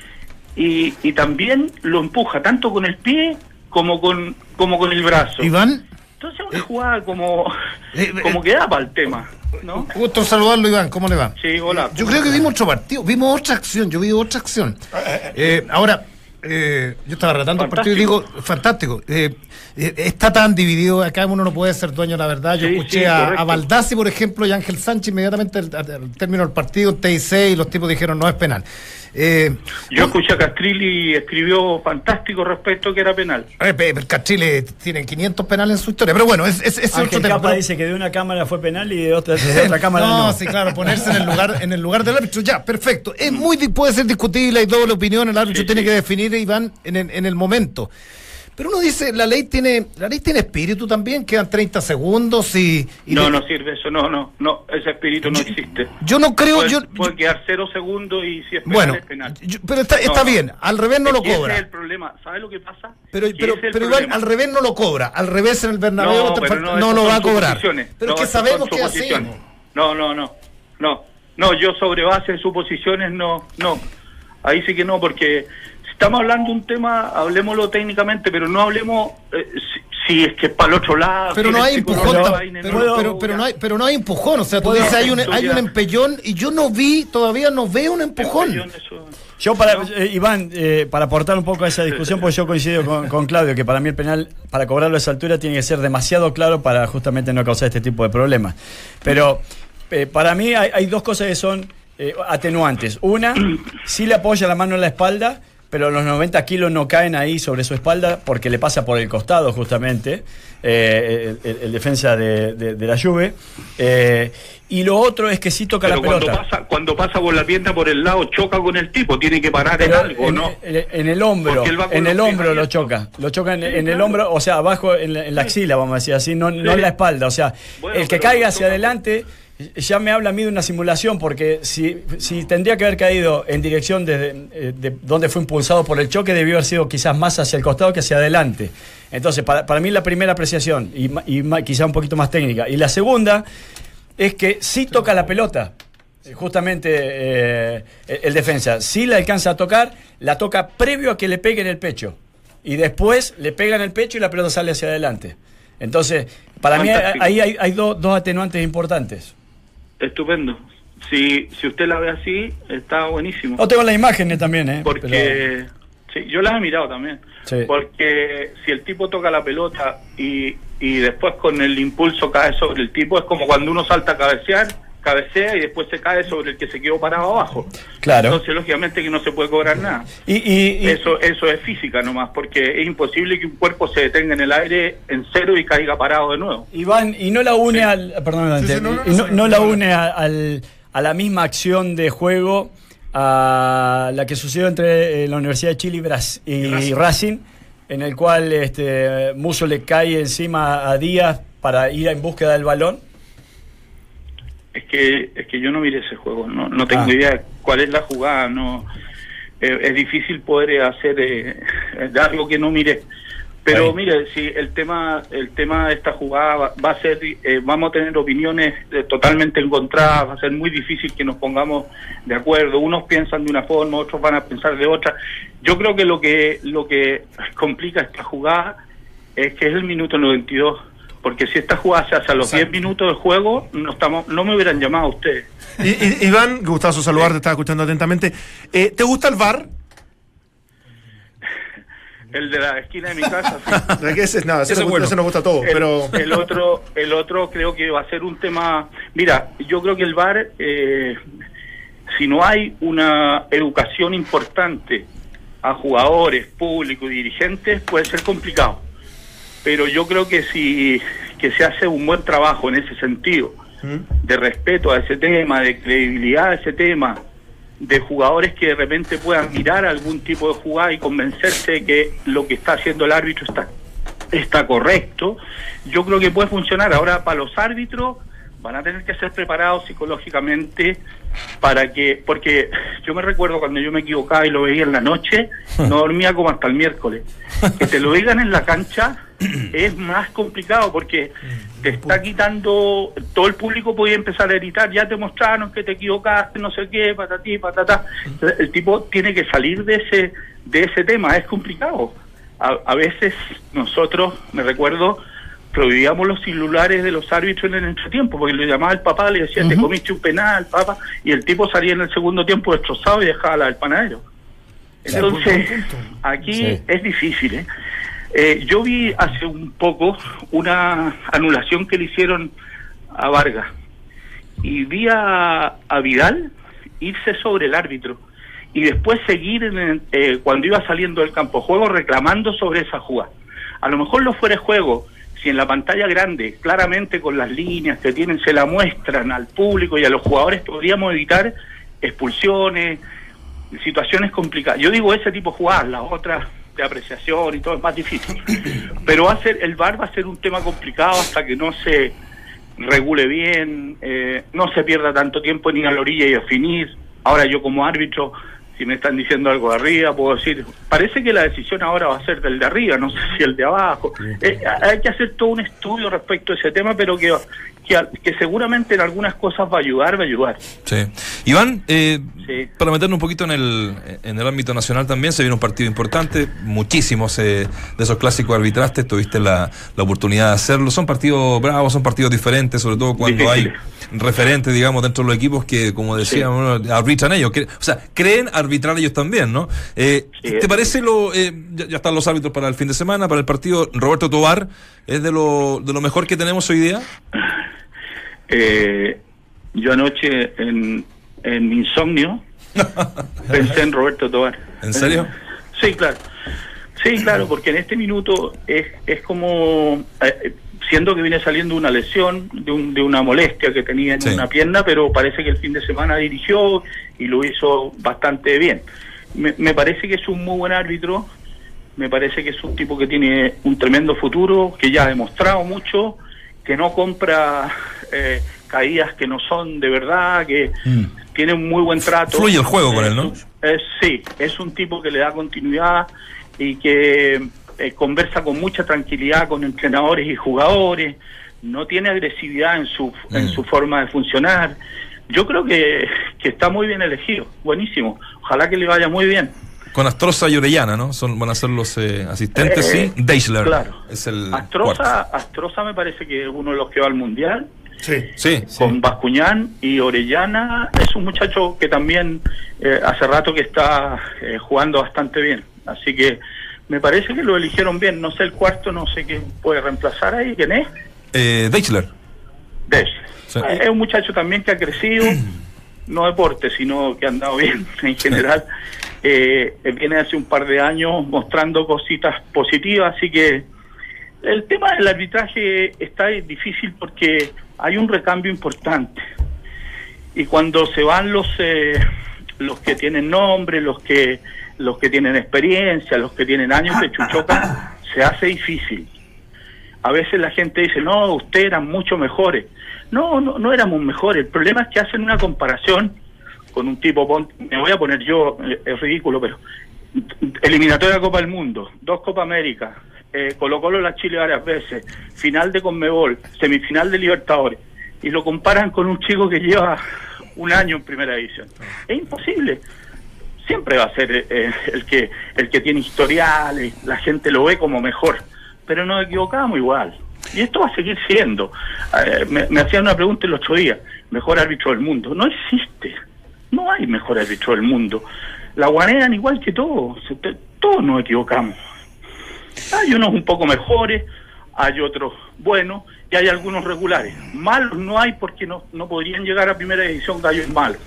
y, y también lo empuja tanto con el pie como con como con el brazo.
Iván.
Entonces una jugada como, como que da para el tema, ¿no?
Gusto saludarlo, Iván. ¿Cómo le va?
Sí, hola.
Yo creo que vimos otro partido, vimos otra acción, yo vi otra acción. Eh, ahora, eh, yo estaba relatando el partido y digo, fantástico. Eh, eh, está tan dividido, acá uno no puede ser dueño de la verdad. Yo
sí,
escuché
sí,
a, a Baldassi, por ejemplo, y a Ángel Sánchez inmediatamente al, al, al término del partido, T I C, y los tipos dijeron no es penal. Eh,
Yo escuché a Castrilli escribió fantástico respecto que era penal.
Eh, Castrilli tiene quinientos penales en su historia, pero bueno, es, es, es
Ángel
otro tema.
Capa
pero...
dice que de una cámara fue penal y de otra, de otra cámara no.
No, sí, claro, ponerse en el lugar en el lugar del árbitro, ya, perfecto. Es muy puede ser discutible, hay doble opinión, el árbitro
sí,
tiene
sí.
que definir, Iván, en el, en el momento. Pero uno dice, la ley tiene la ley tiene espíritu también, quedan treinta segundos y... y
no,
de...
no sirve eso, no, no, no, ese espíritu no existe.
Yo no creo...
Puede,
yo,
puede
yo...
quedar cero segundos y si es penal
Bueno,
es penal.
yo, pero está, está
No, no.
bien, al revés no
Es
lo
que
cobra.
Ese es el problema, ¿sabes lo que pasa?
Pero,
Que
pero,
ese es el
pero Iván,
problema.
al revés no lo cobra, al revés en el Bernabéu
No,
no, te
pero
falta-
no,
no
esas
lo
son
va a cobrar.
suposiciones.
Pero
No,
es que
esas son
sabemos que
suposiciones.
hacemos.
No, no, no, no, no, yo sobre base de suposiciones no, no, ahí sí que no, porque si estamos hablando de un tema, hablemoslo técnicamente, pero no hablemos eh, si, si es que es para el otro lado.
Pero
si
no
el
hay
tricolor
empujón,
de
tam-
vaina,
pero,
no,
pero, pero,
ya.
no hay, pero no hay empujón, o sea, tú
Bueno,
dices hay un,
esto
hay
ya.
un empellón y yo no vi, todavía no veo un empujón.
Empellón, eso-
Yo para eh, Iván, eh, para aportar un poco a esa discusión, porque yo coincido con, con Claudio, que para mí el penal, para cobrarlo a esa altura, tiene que ser demasiado claro para justamente no causar este tipo de problemas. Pero eh, para mí hay, hay dos cosas que son eh, atenuantes. Una, sí le apoya la mano en la espalda, pero los noventa kilos no caen ahí sobre su espalda porque le pasa por el costado justamente eh, el, el- el defensa de, de- de la Juve. Eh, y lo otro es que sí toca
Pero
la
cuando
pelota.
pasa, cuando pasa por la pierna por el lado, choca con el tipo, tiene que parar en
Pero
algo,
en,
¿no?
en- en el hombro,
Porque él va con
en
los
el
pies
hombro lo
abiertos.
choca, lo choca en,
Sí,
en el
claro.
hombro, o sea, abajo en la, en la axila, vamos a decir así, no, no en la espalda, o sea,
Bueno,
el que
pero
caiga
lo
hacia
toca.
adelante ya me habla a mí de una simulación, porque si, si tendría que haber caído en dirección de, de, de donde fue impulsado por el choque, debió haber sido quizás más hacia el costado que hacia adelante. Entonces, para, para mí la primera apreciación, y, ma- y ma- quizá un poquito más técnica, y la segunda es que sí toca la pelota. Justamente eh, el, el defensa, si la alcanza a tocar, la toca previo a que le pegue en el pecho. Y después le pega en el pecho y la pelota sale hacia adelante. Entonces, para
Fantástico.
mí ahí hay, hay do- dos atenuantes importantes.
Estupendo. Si, si usted la ve así, está buenísimo.
No tengo las imágenes también, ¿eh?
Porque
Pero-
sí, yo las he mirado también.
Sí.
Porque si el tipo toca la pelota y, y después con el impulso cae sobre el tipo, es como cuando uno salta a cabecear, cabecea y después se cae sobre el que se quedó parado abajo.
Claro.
Entonces, lógicamente que no se puede cobrar nada.
Y, y- y-
Eso eso es física nomás, porque es imposible que un cuerpo se detenga en el aire en cero y caiga parado de nuevo.
Iván, y no la une al. Perdón,
Sí, sí, no, no,
y no,
no,
no
no,
la
no.
une a, al- a la misma acción de juego a la que sucedió entre eh, la Universidad de Chile y, Bras- y
Racing.
Racing, en el cual este Musso le cae encima a Díaz para ir en búsqueda del balón.
Es que es que yo no miré ese juego, no no tengo
Ah.
idea cuál es la jugada, no eh, es difícil poder hacer eh, de algo que no miré, Pero mire, si el tema el tema de esta jugada va, va a ser, eh, vamos a tener opiniones eh, totalmente encontradas, va a ser muy difícil que nos pongamos de acuerdo. Unos piensan de una forma, otros van a pensar de otra. Yo creo que lo que lo que complica esta jugada es que es el minuto noventa y dos, porque si esta jugada se hace a los diez minutos de juego, no estamos no me hubieran llamado a ustedes.
I, I, Iván, gustazo saludarte, te estaba escuchando atentamente. Eh, ¿Te gusta el V A R?
El de la esquina de mi casa.
Sí. ese, no, ese, ese, nos, bueno. ese nos gusta a todos.
El,
pero...
el otro el otro creo que va a ser un tema... Mira, yo creo que el V A R, eh, si no hay una educación importante a jugadores, públicos y dirigentes, puede ser complicado. Pero yo creo que si que se hace un buen trabajo en ese sentido, ¿Mm? de respeto a ese tema, de credibilidad a ese tema, de jugadores que de repente puedan mirar algún tipo de jugada y convencerse de que lo que está haciendo el árbitro está está correcto, yo creo que puede funcionar. Ahora, para los árbitros van a tener que ser preparados psicológicamente para que, porque yo me recuerdo cuando yo me equivocaba y lo veía en la noche, no dormía como hasta el miércoles. Que te lo digan en la cancha es más complicado, porque te está quitando, todo el público podía empezar a gritar, ya te mostraron que te equivocaste, no sé qué, patatí, patatá. El tipo tiene que salir de ese de ese tema, es complicado. A, a veces nosotros, me recuerdo, prohibíamos los celulares de los árbitros en el entretiempo, porque le llamaba el papá, le decía, uh-huh. te comiste un penal, papá, y el tipo salía en el segundo tiempo destrozado y dejaba la del panadero. Entonces, aquí sí. es difícil, ¿eh? Eh, yo vi hace un poco una anulación que le hicieron a Vargas y vi a, a Vidal irse sobre el árbitro y después seguir en el, eh, cuando iba saliendo del campo de juego reclamando sobre esa jugada. A lo mejor los fuera de juego, si en la pantalla grande, claramente con las líneas que tienen, se la muestran al público y a los jugadores, podríamos evitar expulsiones, situaciones complicadas. Yo digo ese tipo de jugadas, las otras de apreciación y todo es más difícil, pero va a ser, el V A R va a ser un tema complicado hasta que no se regule bien, eh, no se pierda tanto tiempo en ir a la orilla y definir. Ahora yo como árbitro, si me están diciendo algo de arriba, puedo decir, parece que la decisión ahora va a ser del de arriba, no sé si el de abajo. Eh, hay que hacer todo un estudio respecto a ese tema, pero que, que, que seguramente en algunas cosas va a ayudar, va a ayudar.
Sí. Iván, eh,
sí.
para meternos un poquito en el en el ámbito nacional también, se viene un partido importante, muchísimos eh, de esos clásicos arbitraste, tuviste la, la oportunidad de hacerlo, son partidos bravos, son partidos diferentes, sobre todo cuando
Difícil.
hay referentes, digamos, dentro de los equipos que, como decíamos, sí. arbitran ellos, que, o sea, creen arbitrar ellos también, ¿no? Eh,
sí.
¿Te parece lo, eh, ya, ya están los árbitros para el fin de semana, para el partido, Roberto Tovar, es de lo, de lo mejor que tenemos hoy día?
Eh, yo anoche en, en mi insomnio pensé en Roberto Tovar.
¿En serio?
Sí, claro. Sí, claro, porque en este minuto es, es como, eh, siendo que viene saliendo una lesión, de, un, de una molestia que tenía en sí. una pierna, pero parece que el fin de semana dirigió y lo hizo bastante bien. Me, me parece que es un muy buen árbitro, me parece que es un tipo que tiene un tremendo futuro, que ya ha demostrado mucho, que no compra eh, caídas que no son de verdad, que mm. tiene un muy buen trato.
Fluye el juego con
eh,
él, ¿no?
Eh, sí, es un tipo que le da continuidad y que eh, conversa con mucha tranquilidad con entrenadores y jugadores, no tiene agresividad en su mm. en su forma de funcionar. Yo creo que, que está muy bien elegido, buenísimo. Ojalá que le vaya muy bien.
Con Astroza y Orellana, ¿no? Son, van a ser los eh, asistentes,
eh,
sí. Deichler.
Claro.
Es el
Astroza, Astroza me parece que es uno de los que va al Mundial.
Sí,
sí.
Con
sí.
Bascuñán, y Orellana es un muchacho que también eh, hace rato que está eh, jugando bastante bien. Así que me parece que lo eligieron bien. No sé el cuarto, no sé quién puede reemplazar ahí. ¿Quién es?
Eh, Deichler.
Deichler. Sí. Es un muchacho también que ha crecido, no deporte, sino que ha andado bien en general. Eh, viene hace un par de años mostrando cositas positivas, así que el tema del arbitraje está difícil porque hay un recambio importante y cuando se van los eh, los que tienen nombre, los que los que tienen experiencia, los que tienen años de chuchoca, se hace difícil. A veces la gente dice, no, ustedes eran mucho mejores. No, no, no éramos mejores. El problema es que hacen una comparación con un tipo, me voy a poner yo, es ridículo, pero eliminatoria de Copa del Mundo, dos Copa América, eh, Colo Colo la Chile varias veces, final de Conmebol, semifinal de Libertadores, y lo comparan con un chico que lleva un año en primera división. Es imposible. Siempre va a ser eh, el que el que tiene historiales, la gente lo ve como mejor, pero nos equivocamos igual. Y esto va a seguir siendo. Eh, me, me hacían una pregunta el otro día, mejor árbitro del mundo. No existe, no hay mejor árbitro del mundo. La guanean igual que todos, todos nos equivocamos. Hay unos un poco mejores, hay otros buenos y hay algunos regulares. Malos no hay porque no, no podrían llegar a primera división gallos malos.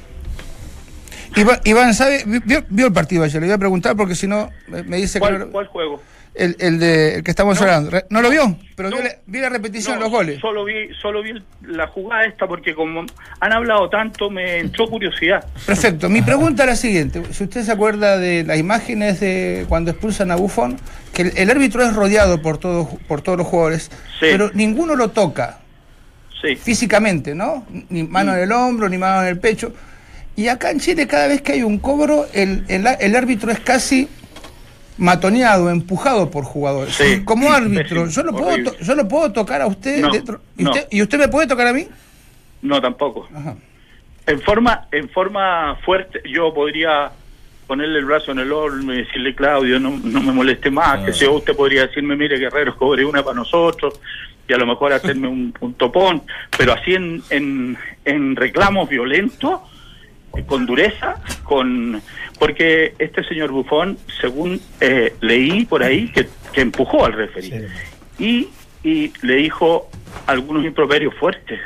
Iván, Iván, ¿sabe? Vio, vio el partido ayer, le voy a preguntar porque si no me dice
¿Cuál,
que... No,
¿Cuál juego?
El, el, de, el que estamos
no,
hablando. ¿No lo vio? Pero
no,
vi, la, vi la repetición
no,
de los goles.
Solo vi, solo vi la jugada esta porque como han hablado tanto me entró curiosidad.
Perfecto. Mi pregunta es la siguiente. Si usted se acuerda de las imágenes de cuando expulsan a Buffon, que el, el árbitro es rodeado por todos, por todos los jugadores, sí, pero ninguno lo toca.
Sí.
Físicamente, ¿no? Ni mano en el hombro, ni mano en el pecho. Y acá en Chile, cada vez que hay un cobro, el, el, el árbitro es casi matoneado, empujado por jugadores. Sí, Como árbitro, ¿yo lo, puedo to ¿yo lo puedo tocar a usted?
No,
dentro? ¿Y,
no.
usted ¿Y usted me puede tocar a mí?
No, tampoco.
Ajá.
En forma en forma fuerte, yo podría ponerle el brazo en el horno y decirle, Claudio, no, no me moleste más, ah. que si usted podría decirme, mire, Guerrero, cobre una para nosotros, y a lo mejor hacerme un, un topón, pero así en, en, en reclamos violentos, con dureza, con porque este señor Buffon, según eh, leí por ahí, que, que empujó al referí, sí, y, y le dijo algunos improperios fuertes.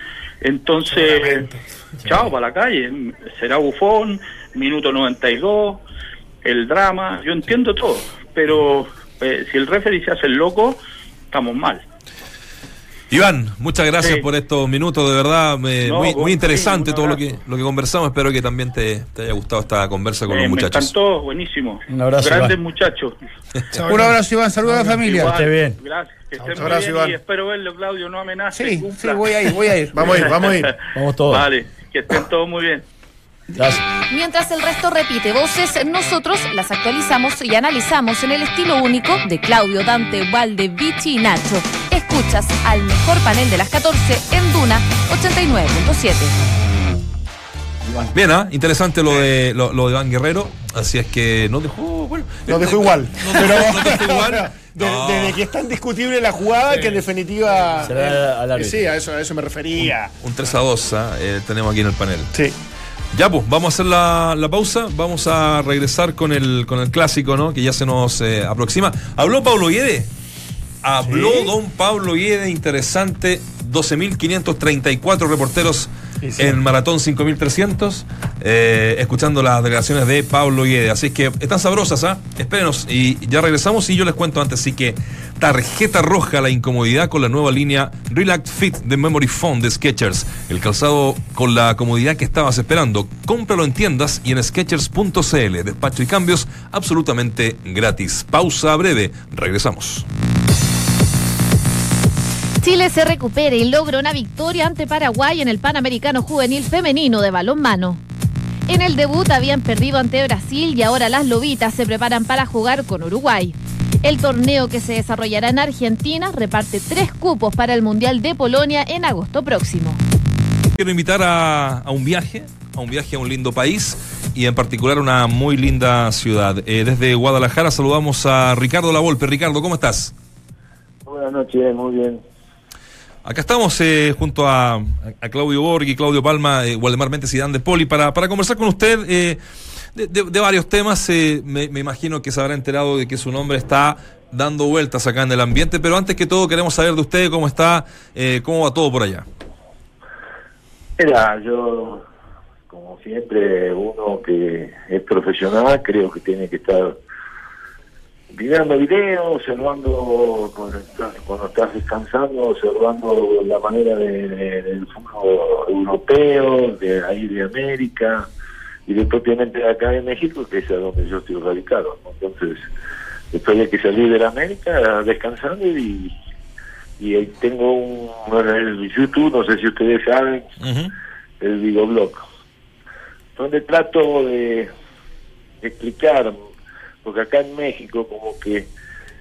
Entonces, chao, para la calle, será Buffon, minuto noventa y dos, el drama, yo entiendo todo, pero eh, si el referí se hace el loco, estamos mal.
Iván, muchas gracias
sí.
por estos minutos, de verdad, me, no, muy, muy interesante sí, todo lo que lo que conversamos. Espero que también te, te haya gustado esta conversa con eh, los muchachos.
Me encantó, buenísimo.
Un abrazo,
Grandes
Iván.
muchachos.
Un abrazo, Iván, saludos a la familia.
Igual,
esté bien.
Gracias, que estén muy
abrazo,
bien
Iván.
Y espero verlo, Claudio, no amenace.
Sí, sí, voy a ir, voy a ir.
Vamos a ir, vamos a ir.
Vamos todos.
Vale, que estén todos muy bien.
Gracias.
Mientras el resto repite voces, nosotros las actualizamos y analizamos en el estilo único de Claudio, Dante, Valde, Vichy y Nacho. Escuchas al mejor panel de las catorce en Duna ochenta y nueve punto siete.
Bien, ¿ah? ¿eh? Interesante lo de lo, lo de Iván Guerrero, así es que nos dejó, bueno,
nos dejó igual.
Nos dejó, nos dejó igual.
Desde no. de, de que es tan discutible la jugada sí. que en definitiva
eh,
sí, a eso, a eso me refería.
Un tres a dos ¿eh? Eh, tenemos aquí en el panel.
Sí.
Ya pues, vamos a hacer la, la pausa, vamos a regresar con el con el clásico, ¿no? Que ya se nos eh, aproxima. ¿Habló Pablo Guede? Habló ¿Sí? don Pablo Guede, interesante, doce mil quinientos treinta y cuatro reporteros sí, sí. en Maratón cinco mil trescientos, eh, escuchando las declaraciones de Pablo Guede. Así que están sabrosas, ¿ah? ¿eh? Espérenos y ya regresamos y yo les cuento antes, sí que tarjeta roja la incomodidad con la nueva línea Relax Fit de Memory Foam de Skechers. El calzado con la comodidad que estabas esperando. Cómpralo en tiendas y en skechers punto c l. Despacho y cambios absolutamente gratis. Pausa breve, regresamos.
Chile se recupera y logra una victoria ante Paraguay en el Panamericano Juvenil Femenino de balonmano. En el debut habían perdido ante Brasil y ahora las lobitas se preparan para jugar con Uruguay. El torneo que se desarrollará en Argentina reparte tres cupos para el Mundial de Polonia en agosto próximo.
Quiero invitar a, a un viaje, a un viaje a un lindo país y en particular una muy linda ciudad. Eh, desde Guadalajara saludamos a Ricardo Lavolpe. Ricardo, ¿cómo estás?
Buenas noches, muy bien.
Acá estamos eh, junto a, a Claudio Borghi, Claudio Palma, eh, Waldemar Méndez y Dan de Poli para, para conversar con usted eh, de, de, de varios temas. Eh, me, me imagino que se habrá enterado de que su nombre está dando vueltas acá en el ambiente, pero antes que todo queremos saber de usted cómo está, eh, cómo va todo por allá.
Mira, yo, como siempre, uno que es profesional, creo que tiene que estar mirando videos, observando cuando estás, cuando estás descansando, observando la manera de, de, del fútbol europeo, de ahí de América y de propiamente de acá de México, que es a donde yo estoy radicado, ¿no? Entonces, después de que salí de la América, descansando y, y ahí tengo un, bueno, el YouTube, no sé si ustedes saben, uh-huh. el videoblog, donde trato de explicar, porque acá en México como que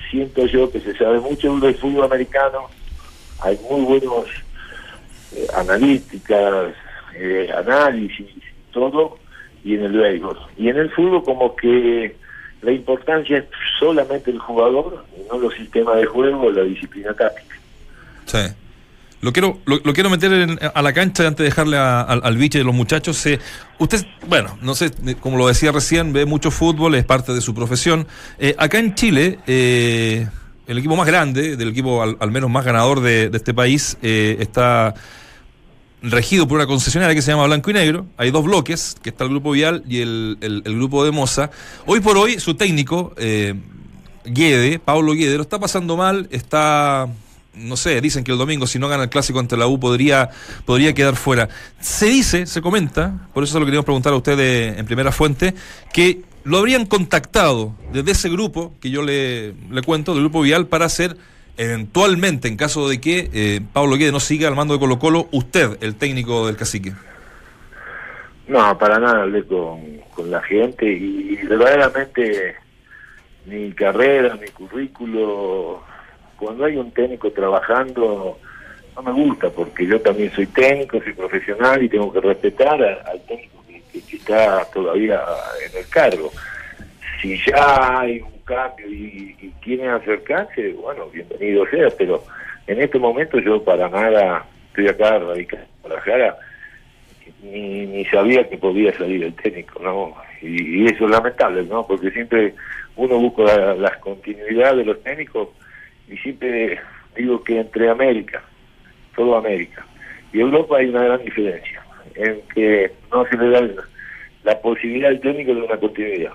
siento yo que se sabe mucho del fútbol americano, hay muy buenos eh, analíticas, eh, análisis, todo, y en el béisbol. Y en el fútbol como que la importancia es solamente el jugador, y no los sistemas de juego o la disciplina táctica.
Sí. Lo quiero lo, lo quiero meter en, a la cancha antes de dejarle a, a, al biche de los muchachos. Eh, usted, bueno, no sé, como lo decía recién, ve mucho fútbol, es parte de su profesión. Eh, acá en Chile, eh, el equipo más grande, del equipo al, al menos más ganador de, de este país, eh, está regido por una concesionaria que se llama Blanco y Negro. Hay dos bloques, que está el Grupo Vial y el, el, el Grupo de Moza. Hoy por hoy, su técnico, eh, Guede, Pablo Guede, lo está pasando mal, está... No sé, dicen que el domingo, si no gana el clásico ante la U, podría podría quedar fuera. Se dice, se comenta, por eso se lo queríamos preguntar a ustedes en primera fuente, que lo habrían contactado desde ese grupo, que yo le, le cuento, del Grupo Vial, para hacer, eventualmente, en caso de que eh, Pablo Guede no siga al mando de Colo Colo, usted, el técnico del Cacique.
No, para nada hablé con, con la gente y verdaderamente mi carrera, mi currículo... Cuando hay un técnico trabajando, no me gusta, porque yo también soy técnico, soy profesional y tengo que respetar a, al técnico que, que está todavía en el cargo. Si ya hay un cambio y, y quieren acercarse, bueno, bienvenido sea, pero en este momento yo para nada estoy acá radicado en Guadalajara, ni, ni sabía que podía salir el técnico, ¿no? Y, y eso es lamentable, ¿no? Porque siempre uno busca la, la continuidad de los técnicos. Y siempre digo que entre América, todo América, y Europa hay una gran diferencia, en que no se le da la, la posibilidad al técnico de una continuidad.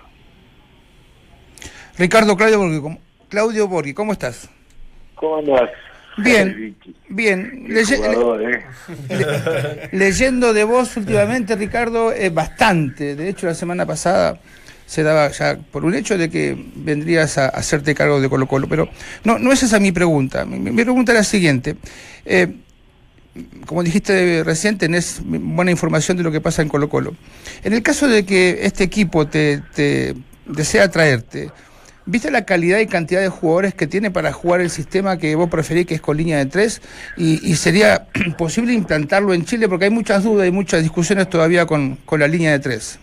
Ricardo Claudio Borghi, Claudio Borghi, ¿cómo estás?
¿Cómo andás?
Bien, bien. Leye,
jugador,
le,
¿eh?
le, leyendo de vos últimamente, Ricardo, es bastante. De hecho, la semana pasada se daba ya por un hecho de que vendrías a hacerte cargo de Colo Colo, pero no no es esa mi pregunta. Mi, mi pregunta es la siguiente. Eh, como dijiste recién, tenés buena información de lo que pasa en Colo Colo. En el caso de que este equipo te, te desea traerte, ¿viste la calidad y cantidad de jugadores que tiene para jugar el sistema que vos preferís, que es con línea de tres? Y, y sería posible implantarlo en Chile, porque hay muchas dudas y muchas discusiones todavía con, con la línea de tres.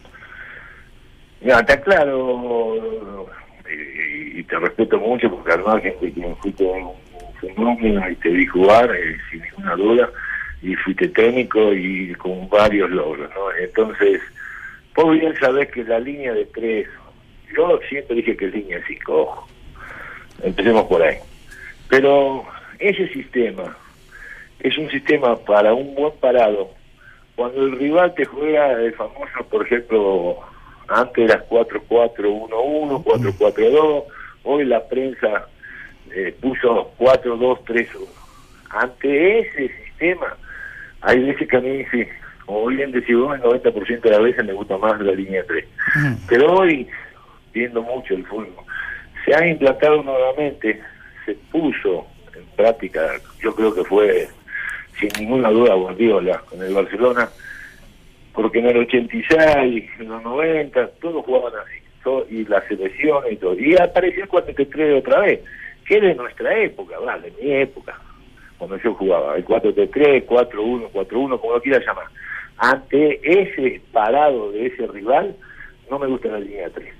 Ya, está claro, y, y te respeto mucho, porque al margen de que fuiste un fenómeno y te vi jugar, eh, sin ninguna duda, y fuiste técnico y con varios logros, ¿no? Entonces, vos bien sabés que la línea de tres, yo siempre dije que es línea de cinco, ojo, empecemos por ahí. Pero ese sistema es un sistema para un buen parado. Cuando el rival te juega el famoso, por ejemplo, antes las cuatro cuatro uno uno, cuatro cuatro dos, hoy la prensa eh, puso cuatro dos tres uno. Ante ese sistema, hay veces que a mí, sí, como bien decís vos, el noventa por ciento de las veces me gusta más la línea tres. Uh-huh. Pero hoy, viendo mucho el fútbol, se ha implantado nuevamente, se puso en práctica, yo creo que fue sin ninguna duda Guardiola con el Barcelona, porque en el ochenta y seis, en los noventa, todos jugaban así, todo, y las selecciones y todo, y apareció el cuatro tres tres otra vez, que es de nuestra época, ¿vale? De mi época, cuando yo jugaba, el cuatro tres tres, cuatro uno cuatro uno, como lo quieras llamar. Ante ese parado de ese rival, no me gusta la línea tres.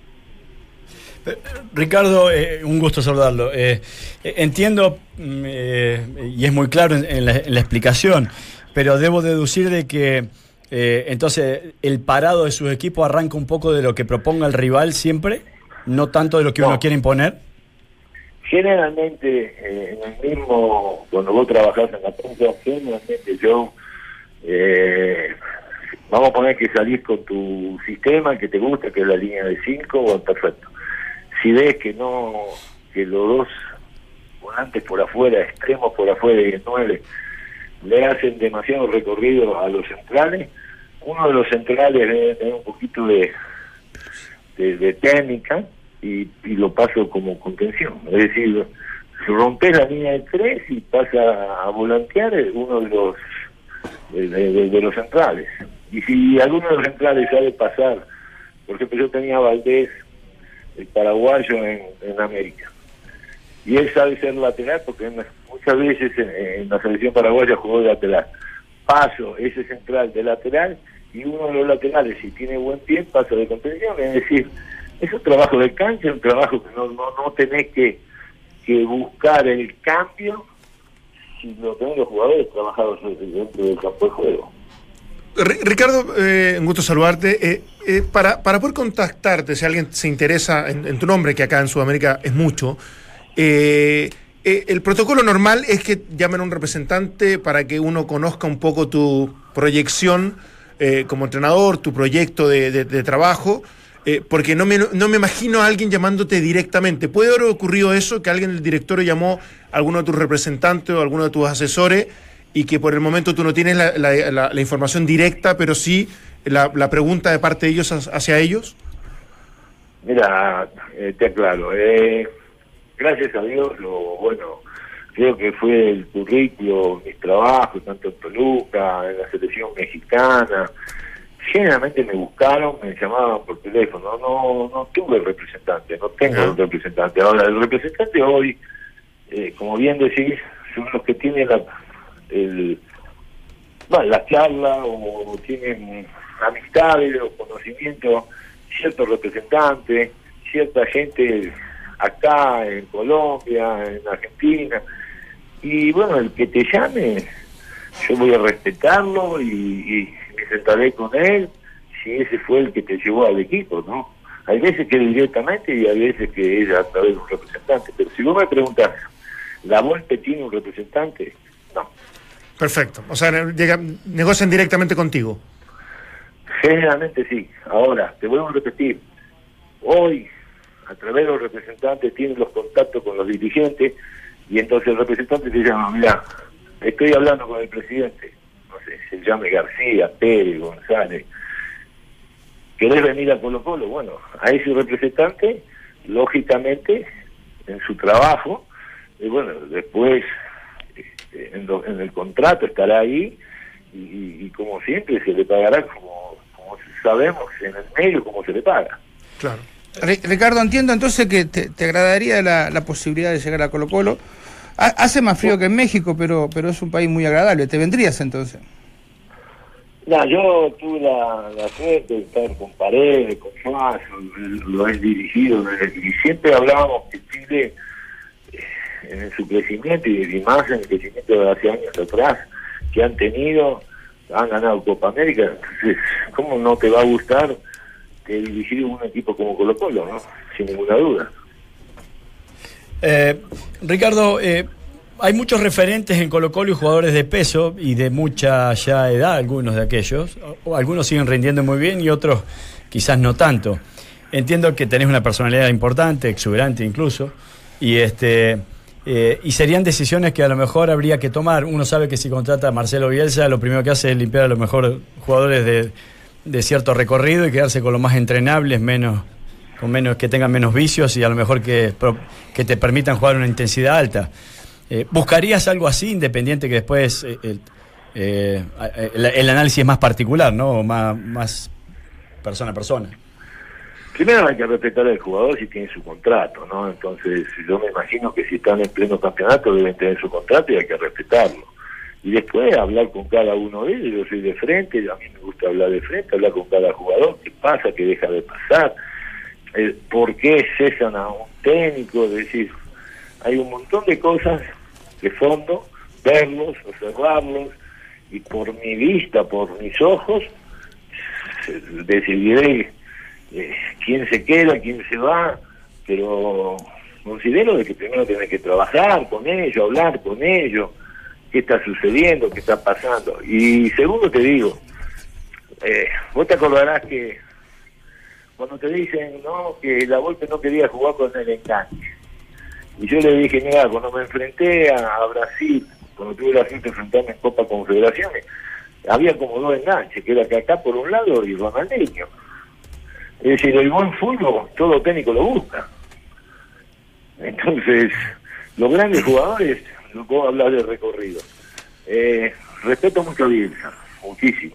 Ricardo, eh, un gusto saludarlo. Eh, entiendo, eh, y es muy claro en, en, la, en la explicación, pero debo deducir de que eh, entonces el parado de sus equipos arranca un poco de lo que proponga el rival siempre, no tanto de lo que no. uno quiere imponer.
Generalmente, eh, en el mismo, cuando vos trabajás en la prensa, generalmente yo, eh, vamos a poner que salís con tu sistema que te gusta, que es la línea de cinco, bueno, perfecto. Si ves que no, que los dos volantes por afuera, extremos por afuera y el nueve, le hacen demasiado recorrido a los centrales, uno de los centrales debe tener un poquito de, de, de técnica y, y lo paso como contención. Es decir, si rompes la línea de tres y pasa a volantear uno de los de, de, de los centrales. Y si alguno de los centrales sabe pasar, por ejemplo, yo tenía a Valdés, el paraguayo en, en América, y él sabe ser lateral porque muchas veces en, en la selección paraguaya jugó de lateral. Paso ese central de lateral y uno de los laterales, si tiene buen pie, pasa de contención. Es decir, es un trabajo de cancha, un trabajo que no, no, no tenés que, que buscar el cambio si lo tenés los jugadores trabajados dentro del campo de juego.
Ricardo, eh, un gusto saludarte. Eh, eh, para, para poder contactarte, si alguien se interesa en, en tu nombre, que acá en Sudamérica es mucho, eh, eh, el protocolo normal es que llamen a un representante para que uno conozca un poco tu proyección eh, como entrenador, tu proyecto de, de, de trabajo, eh, porque no me, no me imagino a alguien llamándote directamente. ¿Puede haber ocurrido eso, que alguien del directorio llamó a alguno de tus representantes o a alguno de tus asesores y que por el momento tú no tienes la, la, la, la información directa, pero sí la, la pregunta de parte de ellos hacia ellos?
Mira, eh, te aclaro, eh, gracias a Dios, lo bueno, creo que fue el currículo, mis trabajos, tanto en Toluca, en la selección mexicana, generalmente me buscaron, me llamaban por teléfono, no no tuve representante, no tengo un representante. Ahora, el representante hoy, eh, como bien decís, son los que tienen la el bueno, la charla o tienen amistades o conocimiento, ciertos representantes, cierta gente acá en Colombia, en Argentina, y bueno, el que te llame, yo voy a respetarlo y, y me sentaré con él si ese fue el que te llevó al equipo, ¿no? Hay veces que directamente y hay veces que es a través de un representante, pero si vos me preguntás, ¿la Volpe tiene un representante? No.
Perfecto, o sea, llega, negocian directamente contigo.
Generalmente sí. Ahora, te vuelvo a repetir, hoy, a través de los representantes, tienen los contactos con los dirigentes, y entonces el representante te llama, mira, estoy hablando con el presidente, no sé, se llame García, Pérez, González, ¿querés venir a Colo Colo? Bueno, a ese representante, lógicamente, en su trabajo, y bueno, después este, en, lo, en el contrato estará ahí, y, y, y como siempre se le pagará como, como sabemos en el medio como se le paga.
Claro.
Ricardo, entiendo entonces que te, te agradaría la, la posibilidad de llegar a Colo Colo. Ha, hace más frío que en México, pero pero es un país muy agradable. ¿Te vendrías entonces?
No, yo tuve la, la suerte de estar con Paredes, con Suazo, lo he dirigido, y siempre hablábamos que Chile, en su crecimiento y más en el crecimiento de hace años atrás que han tenido, han ganado Copa América. Entonces, ¿cómo no te va a gustar que dirigir un equipo como Colo Colo, ¿no? Sin ninguna duda.
Eh, Ricardo, eh, hay muchos referentes en Colo Colo y jugadores de peso y de mucha ya edad, algunos de aquellos. O, algunos siguen rindiendo muy bien y otros quizás no tanto. Entiendo que tenés una personalidad importante, exuberante incluso, y este eh, y serían decisiones que a lo mejor habría que tomar. Uno sabe que si contrata a Marcelo Bielsa, lo primero que hace es limpiar a los mejores jugadores de, de cierto recorrido y quedarse con los más entrenables, menos con menos que tengan menos vicios y a lo mejor que, que te permitan jugar una intensidad alta. Eh, ¿Buscarías algo así, independiente que después eh, eh, eh, el, el análisis es más particular, ¿no? Más, más persona a persona.
Primero hay que respetar al jugador si tiene su contrato, ¿no? Entonces yo me imagino que si están en pleno campeonato deben tener su contrato y hay que respetarlo. Y después hablar con cada uno de ellos. Yo soy de frente, a mí me gusta hablar de frente, hablar con cada jugador, qué pasa, qué deja de pasar, eh, por qué cesan a un técnico, es decir, hay un montón de cosas de fondo, verlos, observarlos, y por mi vista, por mis ojos, decidiré eh, quién se queda, quién se va, pero considero de que primero tenés que trabajar con ellos, hablar con ellos, qué está sucediendo, qué está pasando. Y segundo te digo, eh, vos te acordarás que cuando te dicen no que la Volpe no quería jugar con el enganche, y yo le dije, mira, cuando me enfrenté a, a Brasil, cuando tuve la suerte de enfrentarme en Copa Confederaciones, había como dos enganches, que era Kaká por un lado y Ronaldinho. Es decir, el buen fútbol, todo técnico lo busca. Entonces, los grandes jugadores, no puedo hablar de recorrido. Eh, respeto mucho a Bielsa, muchísimo.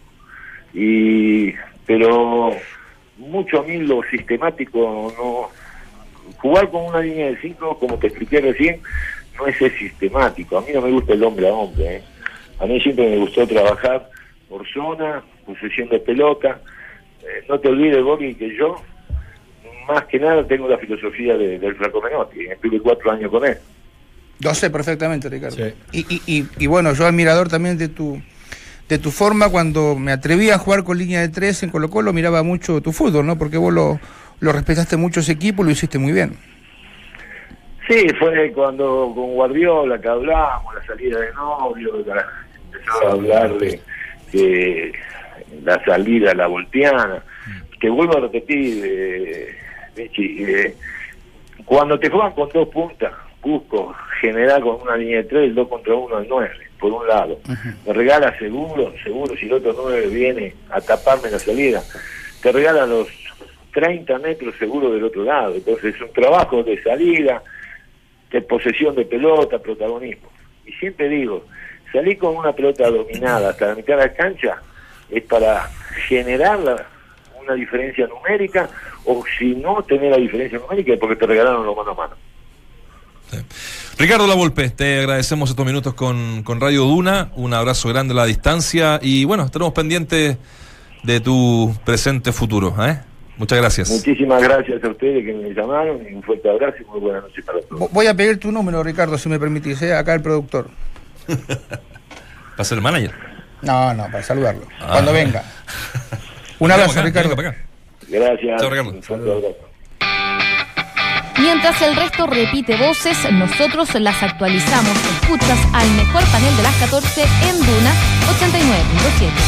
Y, pero mucho a mí lo sistemático no jugar con una línea de cinco, como te expliqué recién, no es ser sistemático. A mí no me gusta el hombre a hombre, ¿eh? A mí siempre me gustó trabajar por zona, posesión de pelota. Eh, no te olvides, Bobby, que yo, más que nada, tengo la filosofía de, del Flaco Menotti. Estuve cuatro años con él.
Lo sé perfectamente, Ricardo.
Sí.
Y, y, y, y bueno, yo admirador también de tu de tu forma. Cuando me atreví a jugar con línea de tres en Colo Colo, miraba mucho tu fútbol, ¿no? Porque vos lo, lo respetaste mucho ese equipo y lo hiciste muy bien.
Sí, fue cuando con Guardiola que hablamos, la salida de Novio, la, empezó a hablar de, de la salida, la volteana. Que vuelvo a repetir, eh, Michi, eh, cuando te juegan con dos puntas, Cusco, general con una línea de tres, el dos contra uno el nueve, por un lado. Uh-huh. Me regala seguro, seguro, si el otro nueve viene a taparme la salida, te regala los treinta metros seguro del otro lado. Entonces es un trabajo de salida, de posesión de pelota, protagonismo. Y siempre digo, salir con una pelota dominada hasta la mitad de la cancha es para generar la, una diferencia numérica, o si no tener la diferencia numérica es porque te regalaron los mano a mano.
Sí. Ricardo Lavolpe, te agradecemos estos minutos con, con Radio Duna, un abrazo grande a la distancia y bueno, estaremos pendientes de tu presente futuro, ¿eh? Muchas gracias.
Muchísimas gracias a ustedes que me llamaron y un fuerte abrazo y muy buenas noches para todos.
Voy a pedir tu número, Ricardo, si me permitís, ¿eh? Acá el productor.
¿Va a ser el manager?
No, no, para saludarlo,
ah.
cuando venga. Un abrazo,
acá,
Ricardo.
Acá, acá.
Gracias.
Chao, Ricardo.
Un fuerte abrazo.
Mientras el resto repite voces, nosotros las actualizamos. Escuchas al mejor panel de las catorce en Duna ochenta y nueve punto siete.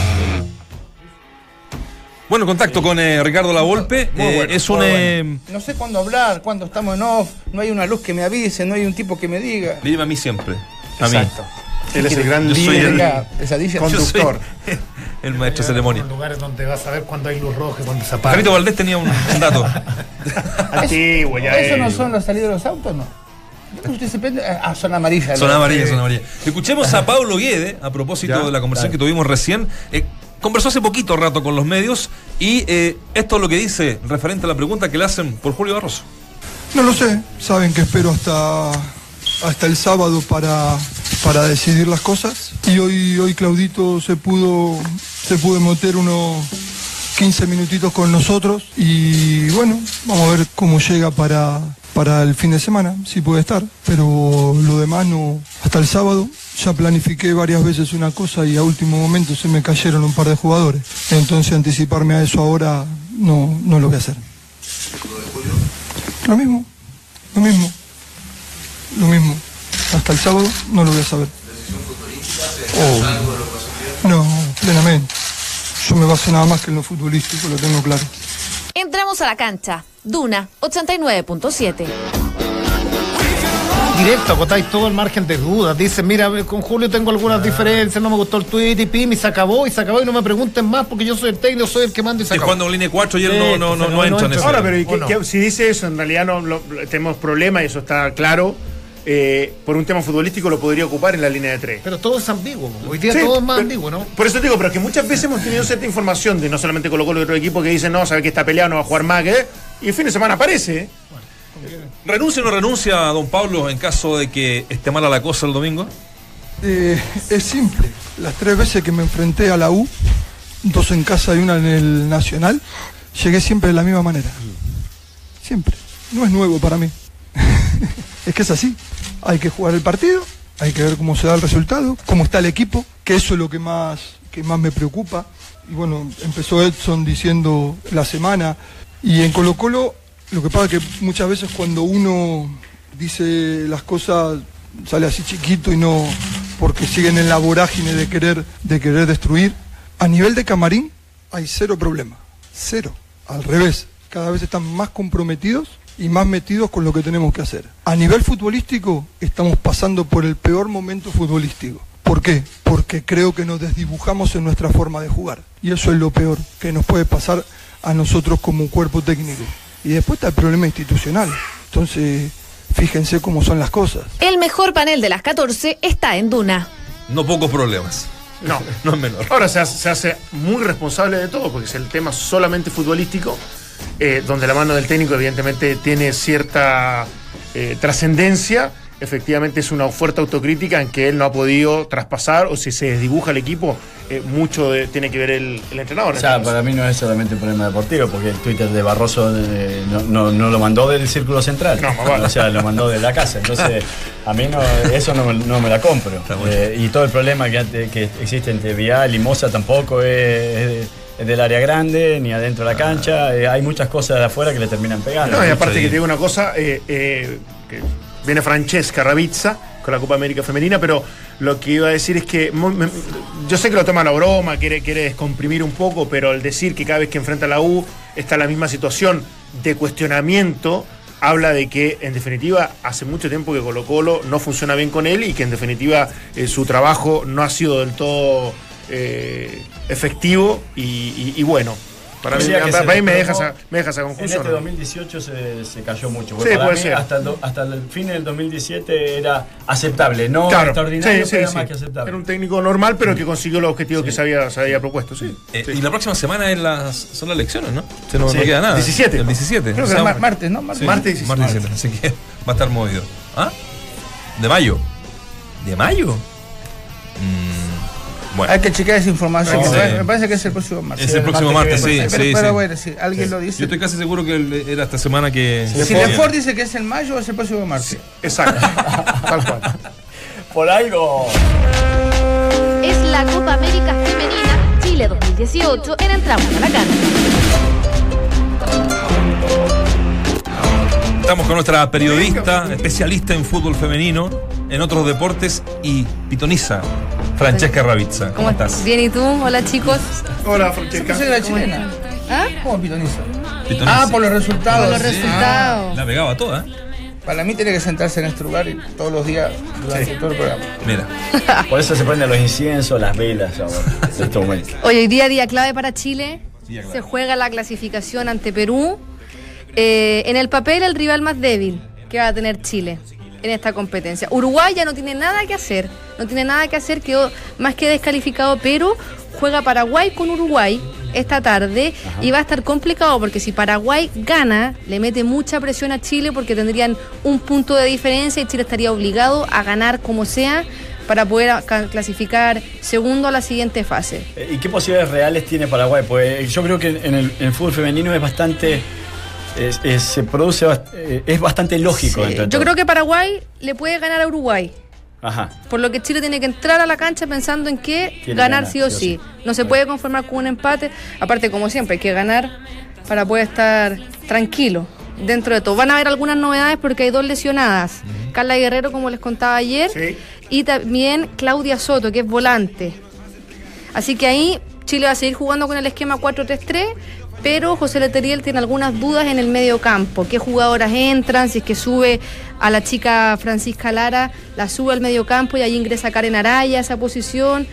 Bueno, contacto con eh, Ricardo Lavolpe.
Muy
eh,
bueno,
es un.
muy
Eh,
bueno. No sé cuándo hablar, cuándo estamos en off, no hay una luz que me avise, no hay un tipo que me diga.
Dime a mí siempre. A
Exacto.
mí.
Él es el gran
Yo soy
líder.
el-
Venga, esa dice conductor.
Yo soy el maestro de ceremonia.
Lugares donde vas a ver cuando hay luz roja y cuando se apaga.
Carito Valdés tenía un, un dato.
Antiguo, ya
¿Eso
es.
no son los salidos de los autos, no? Usted se prende. Ah, son amarillas.
Son
¿no?
amarillas,
Sí.
son amarillas. Escuchemos a Pablo Guede, a propósito
Ya,
de la conversación
dale.
que tuvimos recién. Eh, conversó hace poquito rato con los medios y eh, esto es lo que dice referente a la pregunta que le hacen por Julio Barroso.
No lo sé, saben que espero hasta, hasta el sábado para, para decidir las cosas. Y hoy, hoy Claudito se pudo, se pudo meter unos quince minutitos con nosotros. Y bueno, vamos a ver cómo llega para, para el fin de semana, si puede estar. Pero lo demás no, hasta el sábado. Ya planifiqué varias veces una cosa y a último momento se me cayeron un par de jugadores. Entonces anticiparme a eso ahora no, no lo voy a hacer. Lo mismo, lo mismo, lo mismo. Hasta el sábado no lo voy a saber. Oh, no, plenamente. Yo me baso nada más que en lo futbolístico, lo tengo claro.
Entramos a la cancha. Duna ochenta y nueve punto siete.
Directo, acotáis todo el margen de dudas. Dicen, mira, con Julio tengo algunas diferencias, no me gustó el tweet y pim, y se acabó, y se acabó, y no me pregunten más porque yo soy el técnico, soy el que manda y se
Y
acabó.
cuando en línea cuatro y él
Sí,
no, no, no,
no,
no
no
entra en
entra.
eso.
Ahora, pero ¿y
¿O
qué-
no?
qué- si dice eso, en realidad no, lo- lo- tenemos problemas y eso está claro. Eh, por un tema futbolístico lo podría ocupar en la línea de tres.
Pero todo es ambiguo, hoy día
Sí,
todo es más
pero-
ambiguo, ¿no?
Por eso te digo, pero es que muchas veces hemos tenido cierta información de no solamente Colo Colo y otro equipo que dicen, no, sabe que está peleado, no va a jugar más, que y el fin de semana aparece. ¿eh?
¿Renuncia o no renuncia a don Pablo en caso de que esté mala la cosa el domingo?
Eh, es simple. Las tres veces que me enfrenté a la U, dos en casa y una en el Nacional, llegué siempre de la misma manera. Siempre. No es nuevo para mí. Es que es así. Hay que jugar el partido, hay que ver cómo se da el resultado, cómo está el equipo, que eso es lo que más, que más me preocupa. Y bueno, empezó Edson diciendo la semana. Y en Colo Colo, lo que pasa es que muchas veces cuando uno dice las cosas sale así chiquito y no, porque siguen en la vorágine de querer, de querer destruir. A nivel de camarín hay cero problema, cero, al revés, cada vez están más comprometidos y más metidos con lo que tenemos que hacer. A nivel futbolístico estamos pasando por el peor momento futbolístico. ¿Por qué? Porque creo que nos desdibujamos en nuestra forma de jugar y eso es lo peor que nos puede pasar a nosotros como cuerpo técnico. Y después está el problema institucional, entonces fíjense cómo son las cosas.
El mejor panel de las catorce está en Duna.
No pocos problemas.
No.
No es menor.
Ahora se hace, se hace muy responsable de todo, porque si el tema solamente futbolístico, eh, donde la mano del técnico evidentemente tiene cierta eh, trascendencia. Efectivamente es una fuerte autocrítica en que él no ha podido traspasar, o si se desdibuja el equipo, eh, mucho de, tiene que ver el, el entrenador.
O sea, para mí no es solamente un problema deportivo, porque el Twitter de Barroso eh, no, no, no lo mandó del círculo central,
no, bueno.
O sea, lo mandó de la casa. Entonces, a mí no, eso no, no me la compro. Eh, y todo el problema que, que existe entre Vial y Moza tampoco es, es del área grande, ni adentro de la cancha. Eh, hay muchas cosas de afuera que le terminan pegando.
No, y aparte que te digo una cosa, eh, eh, que viene Francesca Ravizza con la Copa América Femenina, pero lo que iba a decir es que muy, me, yo sé que lo toma a la broma, quiere, quiere descomprimir un poco, pero al decir que cada vez que enfrenta a la U está en la misma situación de cuestionamiento, habla de que en definitiva hace mucho tiempo que Colo Colo no funciona bien con él y que en definitiva eh, su trabajo no ha sido del todo eh, efectivo y, y, y bueno. Para mí, para para mí me, deja esa, me deja esa conclusión.
En este dos mil dieciocho se, se cayó mucho.
Sí,
para
puede
mí,
ser.
Hasta el, do, hasta el fin del dos mil diecisiete era aceptable, no
claro,
extraordinario,
sí,
pero
sí,
más
sí.
que aceptable.
Era un técnico normal, pero que consiguió los objetivos sí. que se había, se había propuesto. Sí.
Eh,
sí.
Y la próxima semana es las, son las elecciones, ¿no? Se no,
sí.
no queda nada.
diecisiete.
El diecisiete.
Creo
o
que
sea,
es martes, ¿no? Martes,
sí,
martes diecisiete.
Martes diecisiete. Así que va a estar movido. ¿Ah? ¿De mayo? ¿De mayo? Mm. Bueno.
Hay que chequear esa información.
No,
me,
sí.
parece, me parece que es el próximo martes.
Es el próximo martes, sí.
Pero,
sí,
pero
sí.
bueno, si alguien
sí.
lo dice.
Yo estoy casi seguro que era esta semana que.
Si, si Lefort dice que es en mayo, es el próximo martes. Sí.
Exacto. Tal cual.
Por algo.
Es la Copa América Femenina Chile dos mil dieciocho en Entramos a la Cancha.
Estamos con nuestra periodista, especialista en fútbol femenino, en otros deportes y pitoniza, Francesca Ravizza. ¿Cómo, ¿Cómo estás?
Bien, ¿y tú? Hola, chicos.
Hola, Francesca.
¿Soy de la chilena?
¿Ah?
¿Cómo pitoniza?
pitoniza?
Ah, por los resultados.
Por los
sí.
resultados.
Ah, la pegaba toda, ¿eh?
Para mí tiene que sentarse en este lugar y todos los días durante sí. todo el programa.
Mira.
Por eso se prenden los inciensos, las velas ahora, en este momento.
Hoy, hoy día, día clave para Chile.
Día clave.
Se juega la clasificación ante Perú. Eh, en el papel, el rival más débil que va a tener Chile en esta competencia. Uruguay ya no tiene nada que hacer. No tiene nada que hacer, quedó más que descalificado, pero juega Paraguay con Uruguay esta tarde. Ajá. Y va a estar complicado porque si Paraguay gana, le mete mucha presión a Chile porque tendrían un punto de diferencia y Chile estaría obligado a ganar como sea para poder clasificar segundo a la siguiente fase.
¿Y qué posibilidades reales tiene Paraguay? Pues yo creo que en el, en el fútbol femenino es bastante... Es, es, se produce es bastante lógico.
Sí, yo todo. creo que Paraguay le puede ganar a Uruguay.
Ajá.
Por lo que Chile tiene que entrar a la cancha pensando en que ganar, ganar sí o sí. sí. No se puede conformar con un empate. Aparte, como siempre, hay que ganar para poder estar tranquilo dentro de todo. Van a haber algunas novedades porque hay dos lesionadas. Uh-huh. Carla Guerrero, como les contaba ayer, sí. y también Claudia Soto, que es volante. Así que ahí Chile va a seguir jugando con el esquema cuatro tres tres. Pero José Leteriel tiene algunas dudas en el medio campo. ¿Qué jugadoras entran? Si es que sube a la chica Francisca Lara, la sube al medio campo y ahí ingresa Karen Araya a esa posición.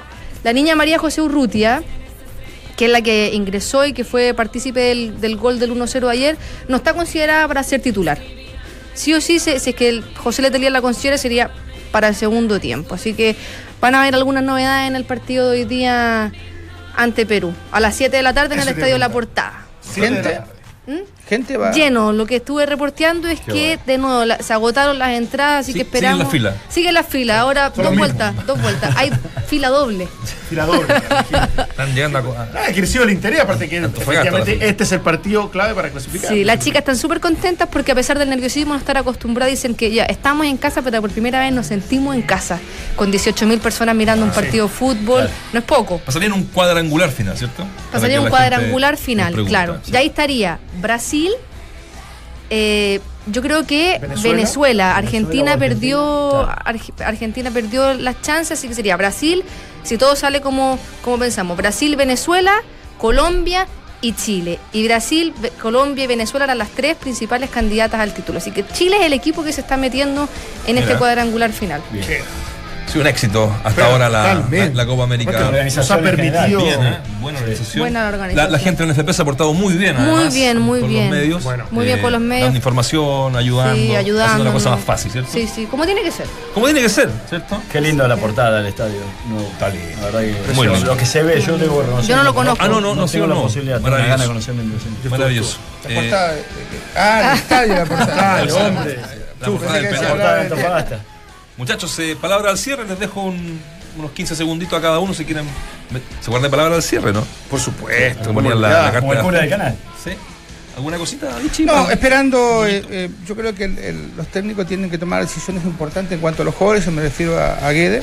La niña María José Urrutia, que es la que ingresó y que fue partícipe del, del gol del uno cero ayer, no está considerada para ser titular. Sí o sí, si, si es que el José Leteriel la considera, sería para el segundo tiempo. Así que van a haber algunas novedades en el partido de hoy día ante Perú, a las siete de la tarde en el Estadio La Portada.
¿Gente?
¿Mm?
Gente va...
Lleno, lo que estuve reporteando es Qué que bueno. de nuevo la, se agotaron las entradas, así sí, que esperamos.
Sigue la fila.
Sigue la fila, ahora Son dos vueltas, dos vueltas. Hay fila doble.
Fila doble.
Están llegando a...
Ah, ha crecido el interés, aparte que efectivamente este es el partido clave para clasificar.
Sí, las chicas están súper contentas porque a pesar del nerviosismo no estar acostumbradas, dicen que ya estamos en casa, pero por primera vez nos sentimos en casa, con dieciocho mil personas mirando ah, un partido de sí. fútbol, claro. No es poco.
Pasaría en un cuadrangular final, ¿cierto?
Pasaría en un cuadrangular final, claro. Sí. Y ahí estaría Brasil, eh, yo creo que Venezuela, Venezuela Argentina, Venezuela perdió Argentina. Claro. Argentina perdió las chances, así que sería Brasil, si todo sale como, como pensamos, Brasil, Venezuela, Colombia y Chile. Y Brasil, Colombia y Venezuela eran las tres principales candidatas al título. Así que Chile es el equipo que se está metiendo en Mira. este cuadrangular final.
Bien. Sí, un éxito hasta
Pero,
ahora la, la,
bien.
la Copa América.
Nos ha permitido.
Bien, ¿eh? Buena organización.
Buena organización.
La, la gente del N F P se ha portado muy bien,
Muy
además,
bien, muy
con
bien.
los medios.
Bueno.
Muy bien por los medios.
Dando información, ayudando,
Sí, ayudando.
haciendo la cosa más fácil, ¿cierto?
Sí, sí, como tiene que ser.
Como tiene que ser, ¿cierto?
Qué lindo la portada del estadio. No,
Está lindo.
la verdad que
Muy
lo,
lindo.
lo que se ve, yo debo reconocer.
Yo no lo conozco.
Ah, no, no, no, sí,
tengo la
no.
posibilidad, tengo una
Maravilloso.
gana de conocer Mendoza.
Maravilloso.
La
Eh,
portada de- de- ah, el estadio, la portada.
Dale, hombre.
la portada del
Pensé que
penal.
decía-
La Antofagasta.
Muchachos, eh, palabra al cierre, les dejo un- unos quince segunditos a cada uno si quieren. ¿Se guardan palabra al cierre, no?
Por supuesto.
Como ponían la, la carta
Como el
de
cura
la-
del canal.
¿Sí? ¿Alguna cosita, Vichy?
No, esperando, eh, eh, yo creo que el- el- los técnicos tienen que tomar decisiones importantes en cuanto a los jóvenes, me refiero a, a Guede,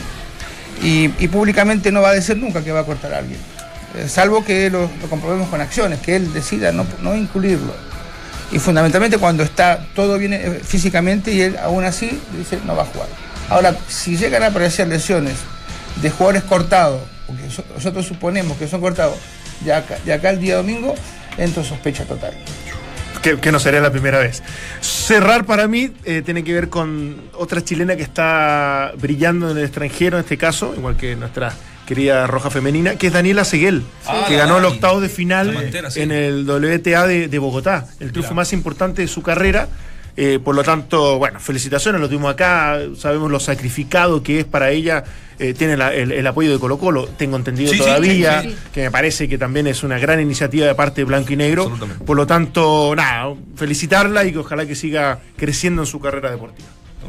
y, y públicamente no va a decir nunca que va a cortar a alguien, eh, salvo que lo, lo comprobemos con acciones, que él decida no, no incluirlo. Y fundamentalmente cuando está todo bien eh, físicamente y él aún así dice no va a jugar. Ahora, si llegan a aparecer lesiones de jugadores cortados, porque so- nosotros suponemos que son cortados, ya acá, de acá el día domingo, entro en sospecha total.
Que, que no sería la primera vez. Cerrar para mí eh, tiene que ver con otra chilena que está brillando en el extranjero, en este caso, igual que nuestra querida Roja Femenina, que es Daniela Seguel,
Ah,
que
la
ganó el
Dani.
octavo de final
La Mantera, sí.
en el W T A de, de Bogotá, el triunfo más importante de su carrera. Eh, por lo tanto, bueno, felicitaciones, lo tuvimos acá, sabemos lo sacrificado que es para ella, eh, tiene la- el, el apoyo de Colo Colo, tengo entendido
Sí, sí,
todavía,
sí, sí.
que me parece que también es una gran iniciativa de parte de Blanco y Negro.
Absolutamente.
Por lo tanto, nada, felicitarla y que ojalá que siga creciendo en su carrera deportiva.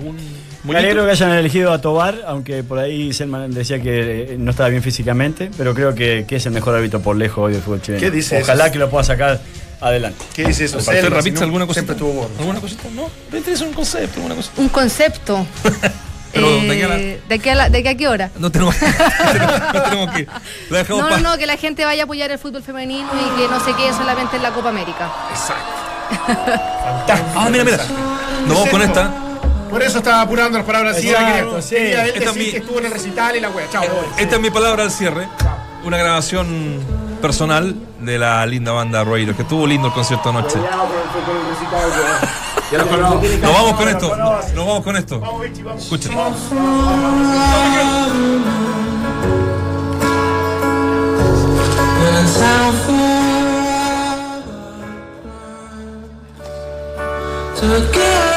Me alegro que hayan elegido a Tobar, aunque por ahí Selman decía que eh, no estaba bien físicamente, pero creo que, que es el mejor árbitro por lejos hoy del fútbol chileno.
¿Qué dice
Ojalá
eso?
que lo pueda sacar adelante.
¿Qué dice eso?
¿Para usted,
Selva,
Rapitz,
si no,
alguna cosita?
siempre estuvo gordo.
¿Alguna cosita? No, me interesa un concepto, alguna cosa.
Un concepto.
Pero,
Eh,
¿de qué a la-
¿de qué a la- de qué a qué hora?
No tenemos, no tenemos que. La dejamos
No,
pa-
no, no, que la gente vaya a apoyar el fútbol femenino y que no se quede solamente en la Copa América.
Ah, mira, mira. Nos vamos con esta.
Por eso estaba apurando las palabras así.
Exacto,
Quería,
sí.
quería
Esta
decir
mi-
que estuvo en el recital y la wea. Chao.
Esta es mi palabra al cierre. Una grabación personal de la linda banda Raiders, que estuvo lindo el concierto anoche. Nos vamos con esto. Nos vamos con esto. Escuchen.
Together